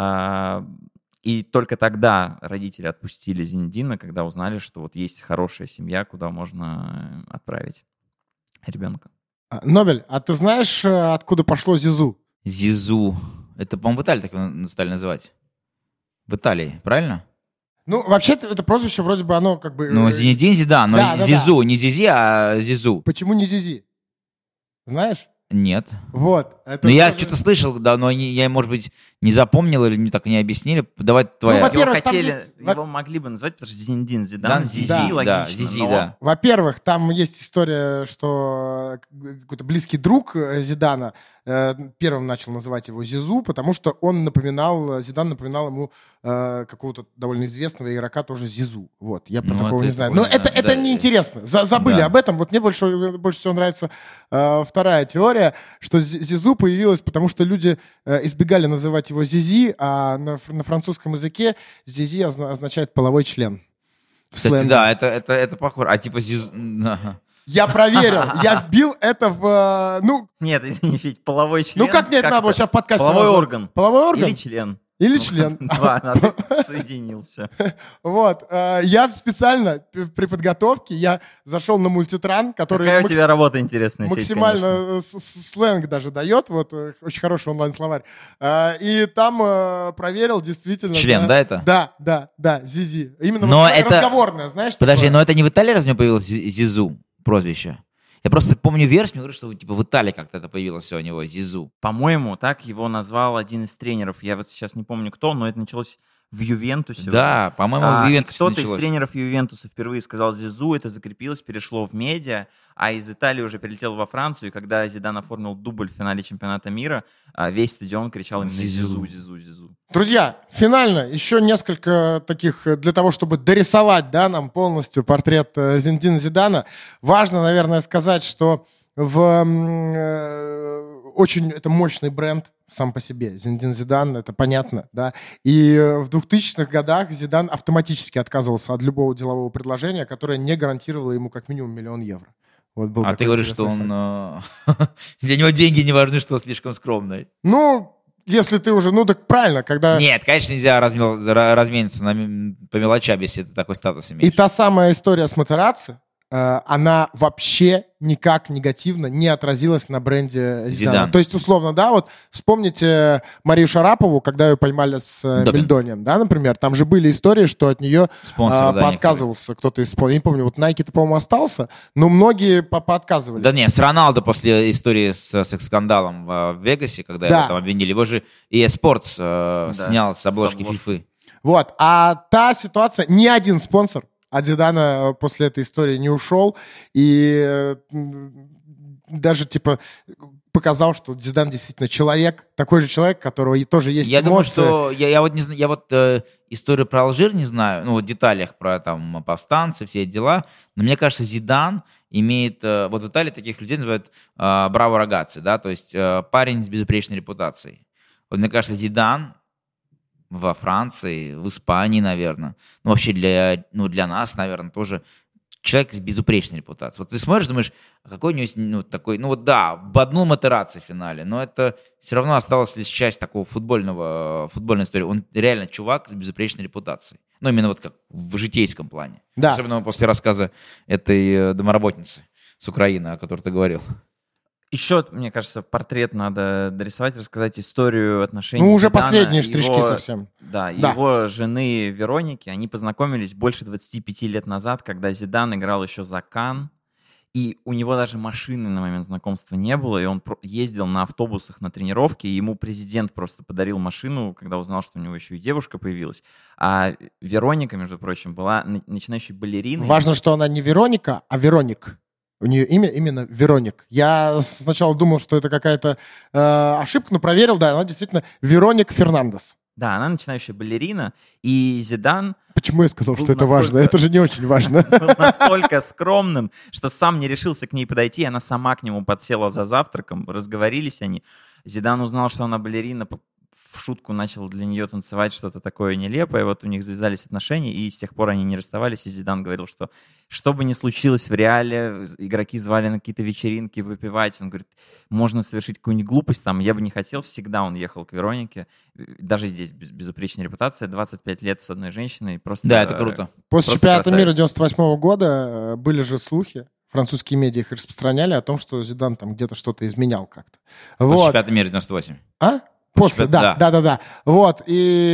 и только тогда родители отпустили Зинедина, когда узнали, что вот есть хорошая семья, куда можно отправить ребенка. Нобель, а ты знаешь, откуда пошло Зизу? Зизу. Это, по-моему, в Италии так его стали называть. В Италии, правильно? Ну, вообще-то это прозвище вроде бы оно как бы... Ну, Зинедин Зидан, но да, да, Зизу, да. не Зизи, а Зизу. Почему не Зизи? Знаешь? Нет. Вот. Это Ну, я тоже... что-то слышал, да, но не, я, может быть, не запомнил или мне так и не объяснили. Давай твоя. Ну, во-первых, его хотели, есть... его могли бы назвать, потому что Зинедин Зидан, Да, Зизи, да, логично. Да, Зизи, но... да. Во-первых, там есть история, что какой-то близкий друг Зидана э, первым начал называть его Зизу, потому что он напоминал, Зидан напоминал ему э, какого-то довольно известного игрока, тоже Зизу. Вот, я про Ну, такого это не знаю. такой, Но да, это, это да. неинтересно. За, забыли Да. об этом. Вот мне больше, больше всего нравится э, вторая теория, что Зизу появилась, потому что люди э, избегали называть его Зизи, а на, на французском языке Зизи озна- означает половой член. В Кстати, сленге. да, это, это, это похоже. А типа Зизу... Я проверил, я вбил это в... э, Ну, Нет, извини, Федь, половой член. ну как мне это надо было это? сейчас в подкасте Половой назвать? орган. Половой орган? Или член. Или Ну, член. Два, а ты соединился. Вот. э, Я специально п- при подготовке, я зашел на мультитран, который Какая у макс- тебя работа интересная, Федь, максимально конечно. э, с- с- сленг даже дает. Вот, э, очень хороший онлайн-словарь. Э, И там э, проверил действительно... Член, да, это? Да, да, да, Зизи. Именно Но вот это- разговорное, знаешь? Подожди, такое. но это не в Италии разве у него появилось Зи- Зизу прозвище? Я просто помню версию, мне говорят, что типа в Италии как-то это появилось все у него, Зизу. По-моему, так его назвал один из тренеров. Я вот сейчас не помню кто, но это началось в Ювентусе. Да, по-моему, А, в и Ювентусе кто-то из началось. тренеров Ювентуса впервые сказал Зизу, это закрепилось, перешло в медиа, а из Италии уже перелетел во Францию, и когда Зидан оформил дубль в финале чемпионата мира, а, весь стадион кричал именно Зизу. Зизу, Зизу, Зизу. Друзья, финально еще несколько таких, э, для того, чтобы дорисовать, да, нам полностью портрет э, Зинедина Зидана. Важно, наверное, сказать, что в, м, э, очень это мощный бренд сам по себе. Зинедин Зидан, это понятно, да. И э, в двухтысячных годах Зидан автоматически отказывался от любого делового предложения, которое не гарантировало ему как минимум миллион евро. Вот был А такой ты говоришь, что интересный он... факт. э, Для него деньги не важны, что он слишком скромный. Ну, если ты уже, ну так правильно, когда... Нет, конечно, нельзя размел- ra- размениться на м- по мелочам, если ты такой статус И имеешь. та самая история с Матерацци, э, она вообще никак негативно не отразилась на бренде Зидана. Зидан. То есть, условно, да, вот вспомните Марию Шарапову, когда ее поймали с э, Допинг. Мельдонием, да, например, там же были истории, что от нее Спонсоры, а, да, поотказывался кто-то из спонсоров. Я не помню, вот Nike-то, по-моему, остался, но многие по- поотказывали. Да не, с Роналдо после истории с секс-скандалом в, в Вегасе, когда Да. его там обвинили, его же и Sports э, Да, снял с- с обложки с обложки. FIFA. Вот, а та ситуация, ни один спонсор от Зидана после этой истории не ушел, и э, м, даже, типа, показал, что Зидан действительно человек, такой же человек, у которого и тоже есть Я думаю, эмоции. что я, я вот не знаю, я вот э, историю про Алжир не знаю, ну вот в деталях про там повстанцы, все эти дела, но мне кажется, Зидан имеет, э, вот в Италии таких людей называют э, браво рагацци, да, то есть э, парень с безупречной репутацией. Вот мне кажется, Зидан во Франции, в Испании, наверное, ну вообще для, ну, для нас, наверное, тоже человек с безупречной репутацией. Вот ты смотришь, думаешь, а какой у него есть, ну, такой, ну вот да, в одну Матерацци в финале, но это все равно осталась лишь часть такого футбольного, футбольной истории. Он реально чувак с безупречной репутацией. Ну, именно вот как в житейском плане. Да. Особенно после рассказа этой э, домоработницы с Украины, о которой ты говорил. Еще, мне кажется, портрет надо дорисовать, рассказать историю отношений Ну, уже Зидана, последние штришки его- совсем. Да, Да. его жены Вероники, они познакомились больше двадцати пяти лет назад, когда Зидан играл еще за Кан, и у него даже машины на момент знакомства не было, и он про- ездил на автобусах на тренировки, и ему президент просто подарил машину, когда узнал, что у него еще и девушка появилась. А Вероника, между прочим, была на- начинающей балериной. Важно, что она не Вероника, а Вероник. У нее имя именно Вероник. Я сначала думал, что это какая-то э, ошибка, но проверил, да, она действительно Вероник Фернандес. Да, она начинающая балерина, и Зидан Почему я сказал, Был что это настолько- важно? Это же не очень важно. был настолько скромным, что сам не решился к ней подойти, она сама к нему подсела за завтраком, разговорились они. Зидан узнал, что она балерина по- в шутку начал для нее танцевать что-то такое нелепое. Вот у них завязались отношения, и с тех пор они не расставались. И Зидан говорил, что что бы ни случилось в реале, игроки звали на какие-то вечеринки выпивать. Он говорит, можно совершить какую-нибудь глупость там. Я бы не хотел. Всегда он ехал к Веронике. Даже здесь без, безупречная репутация. двадцать пять лет с одной женщиной. Просто, да, это круто. После чемпионата мира девяносто восьмого года были же слухи. Французские медиа их распространяли о том, что Зидан там где-то что-то изменял как-то. После вот. чемпионата мира девяносто восемь. А? После, да, да, да, да, да. Вот,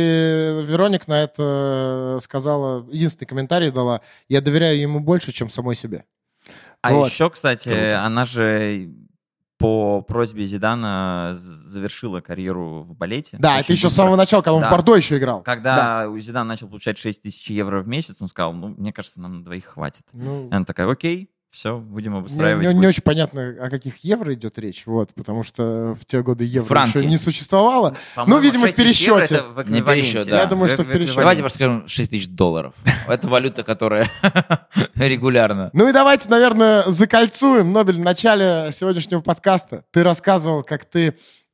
и Вероник на это сказала, единственный комментарий дала, я доверяю ему больше, чем самой себе. А вот. еще, кстати, Круто. Она же по просьбе Зидана завершила карьеру в балете. Да, это еще быстро. С самого начала, когда он да. в Бордо еще играл. Когда да. Зидан начал получать шесть тысяч евро в месяц, он сказал, ну, мне кажется, нам на двоих хватит. Ну... И она такая, окей. Все, будем обустраивать. Не, не, не очень понятно, о каких евро идет речь, вот, потому что в те годы евро Франки. еще не существовало. По-моему, ну, видимо, в пересчете. Это в пересчет, да. Я думаю, что в пересчете. Давайте просто скажем шесть тысяч долларов. Это валюта, которая регулярно. Ну и давайте, наверное, закольцуем. Нобель, в начале сегодняшнего подкаста ты рассказывал, как ты,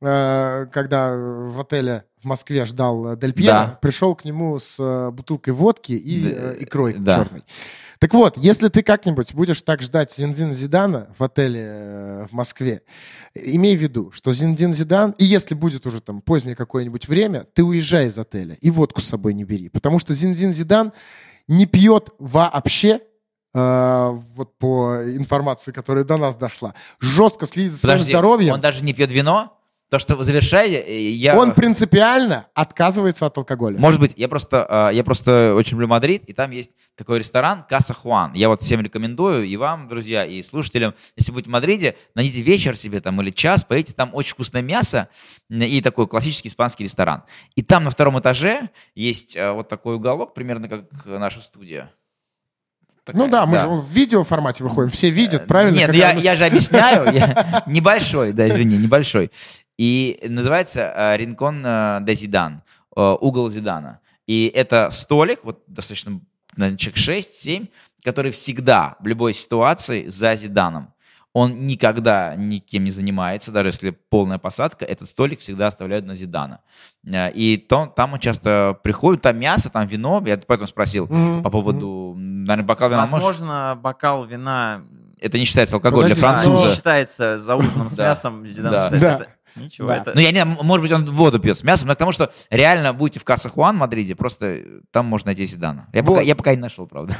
когда в отеле в Москве ждал Дель Пьеро, да. пришел к нему с бутылкой водки и да. икрой да. черной. Так вот, если ты как-нибудь будешь так ждать Зинедина Зидана в отеле э, в Москве, имей в виду, что Зинедин Зидан, и если будет уже там позднее какое-нибудь время, ты уезжай из отеля и водку с собой не бери, потому что Зинедин Зидан не пьет вообще, э, вот по информации, которая до нас дошла, жестко следит за Подожди, своим здоровьем. Он даже не пьет вино? То, что завершая, я... Он принципиально отказывается от алкоголя. Может быть, я просто, я просто очень люблю Мадрид, и там есть такой ресторан Каса Хуан. Я вот всем рекомендую, и вам, друзья, и слушателям, если будете в Мадриде, найдите вечер себе там или час, поедите, там очень вкусное мясо и такой классический испанский ресторан. И там на втором этаже есть вот такой уголок, примерно как наша студия. Такая, ну да, мы да. же в видео формате выходим, все видят, правильно? Нет, ну я, я же объясняю, я, небольшой, да, извини, небольшой. И называется Ринкон де Зидан, угол Зидана. И это столик, вот достаточно, наверное, человек шесть-семь, который всегда в любой ситуации за Зиданом. Он никогда никем не занимается, даже если полная посадка, этот столик всегда оставляют на Зидана. И то, там он часто приходит, там мясо, там вино. Я поэтому спросил mm-hmm. по поводу, наверное, бокал вина. Возможно, может... бокал вина... Это не считается алкоголь для француза. Это не считается за ужином с мясом. Зидан считает. Ничего, да. это... Ну, я не знаю, может быть, он воду пьет с мясом, но к тому, что реально будете в Каса Хуан в Мадриде, просто там можно найти Зидана. Я, вот. пока, я пока не нашел, правда.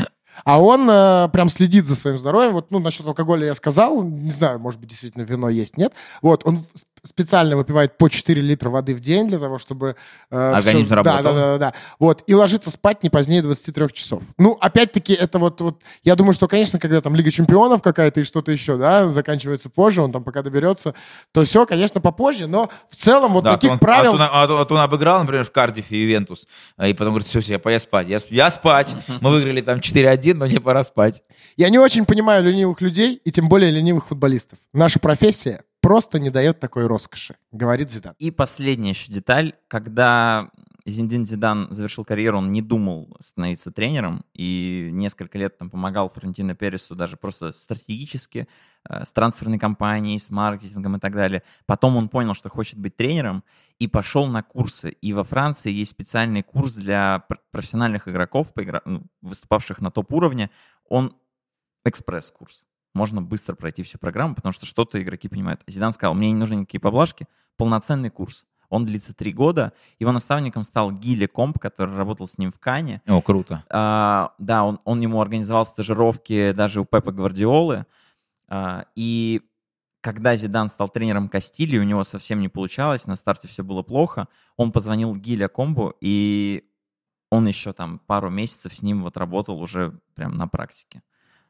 А он э, прям следит за своим здоровьем. Вот, ну, насчет алкоголя я сказал. Не знаю, может быть, действительно вино есть, нет. Вот, он специально выпивает по четыре литра воды в день для того, чтобы... Э, Организм все... работал. Да, да, да, да. Вот, и ложится спать не позднее двадцати трёх часов. Ну, опять-таки, это вот, вот... Я думаю, что, конечно, когда там Лига Чемпионов какая-то и что-то еще, да, заканчивается позже, он там пока доберется, то все, конечно, попозже, но в целом вот да, таких он, правил... А то, он, а то он обыграл, например, в Кардифе и Ювентус, и потом говорит, все, все, я пойду спать. Я, я спать. Мы выиграли там четыре один, но мне пора спать. Я не очень понимаю ленивых людей, и тем более ленивых футболистов. Наша профессия просто не дает такой роскоши, говорит Зидан. И последняя еще деталь. Когда Зинедин Зидан завершил карьеру, он не думал становиться тренером и несколько лет там помогал Флорентино Пересу даже просто стратегически, э, с трансферной кампанией, с маркетингом и так далее. Потом он понял, что хочет быть тренером и пошел на курсы. И во Франции есть специальный курс для профессиональных игроков, поигра... выступавших на топ-уровне. Он экспресс-курс. Можно быстро пройти всю программу, потому что что-то игроки понимают. Зидан сказал, мне не нужны никакие поблажки, полноценный курс. Он длится три года. Его наставником стал Гилли Комп, который работал с ним в Кане. О, круто. А, да, он, он ему организовал стажировки даже у Пепа Гвардиолы. А, и когда Зидан стал тренером Кастильи, у него совсем не получалось, на старте все было плохо. Он позвонил Гилли Комбу, и он еще там пару месяцев с ним вот работал уже прям на практике.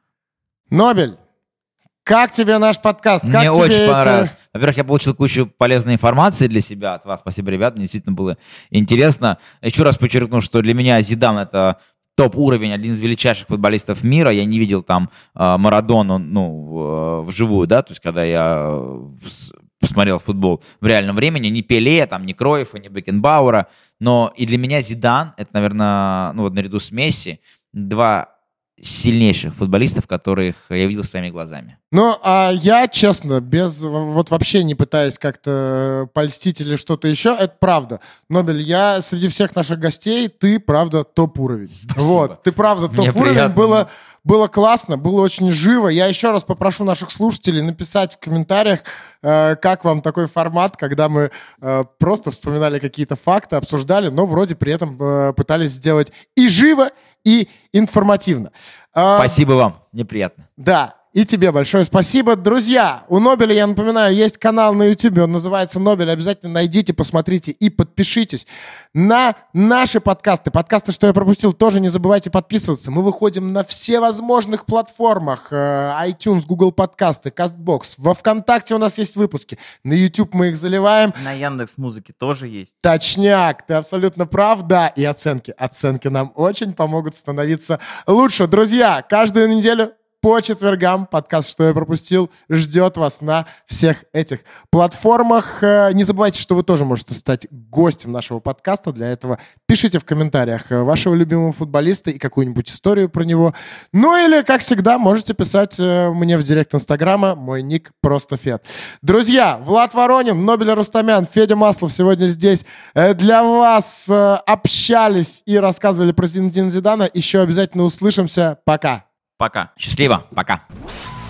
Нобель! Как тебе наш подкаст? Как мне очень эти... понравилось. Во-первых, я получил кучу полезной информации для себя от вас. Спасибо, ребят. Мне действительно было интересно. Еще раз подчеркну, что для меня Зидан — это топ-уровень, один из величайших футболистов мира. Я не видел там э, Марадону, ну, э, вживую, да, то есть когда я э, посмотрел футбол в реальном времени. Ни Пеле, там, ни Кройфа, ни Бекенбауэра. Но и для меня Зидан — это, наверное, ну, вот наряду с Месси, два сильнейших футболистов, которых я видел своими глазами. Ну, а я, честно, без, вот вообще не пытаясь как-то польстить или что-то еще, это правда. Нобель, я среди всех наших гостей, ты, правда, топ-уровень. Спасибо. Вот, ты, правда, топ-уровень. Было, было классно, было очень живо. Я еще раз попрошу наших слушателей написать в комментариях, э, как вам такой формат, когда мы э, просто вспоминали какие-то факты, обсуждали, но вроде при этом э, пытались сделать и живо, и информативно. Спасибо вам, мне приятно. Да, и тебе большое спасибо. Друзья, у Нобеля, я напоминаю, есть канал на YouTube, он называется «Нобель». Обязательно найдите, посмотрите и подпишитесь на наши подкасты. Подкасты, что я пропустил, тоже не забывайте подписываться. Мы выходим на всевозможных платформах. iTunes, Google подкасты, CastBox. Во ВКонтакте у нас есть выпуски. На YouTube мы их заливаем. На Яндекс.Музыке тоже есть. Точняк, ты абсолютно прав, да. И оценки. Оценки нам очень помогут становиться лучше. Друзья, каждую неделю по четвергам подкаст «Что я пропустил» ждет вас на всех этих платформах. Не забывайте, что вы тоже можете стать гостем нашего подкаста. Для этого пишите в комментариях вашего любимого футболиста и какую-нибудь историю про него. Ну или, как всегда, можете писать мне в директ Инстаграма. Мой ник просто Фед. Друзья, Влад Воронин, Нобель Рустамян, Федя Маслов сегодня здесь для вас общались и рассказывали про Зинедина Зидана. Еще обязательно услышимся. Пока. Пока. Счастливо. Пока.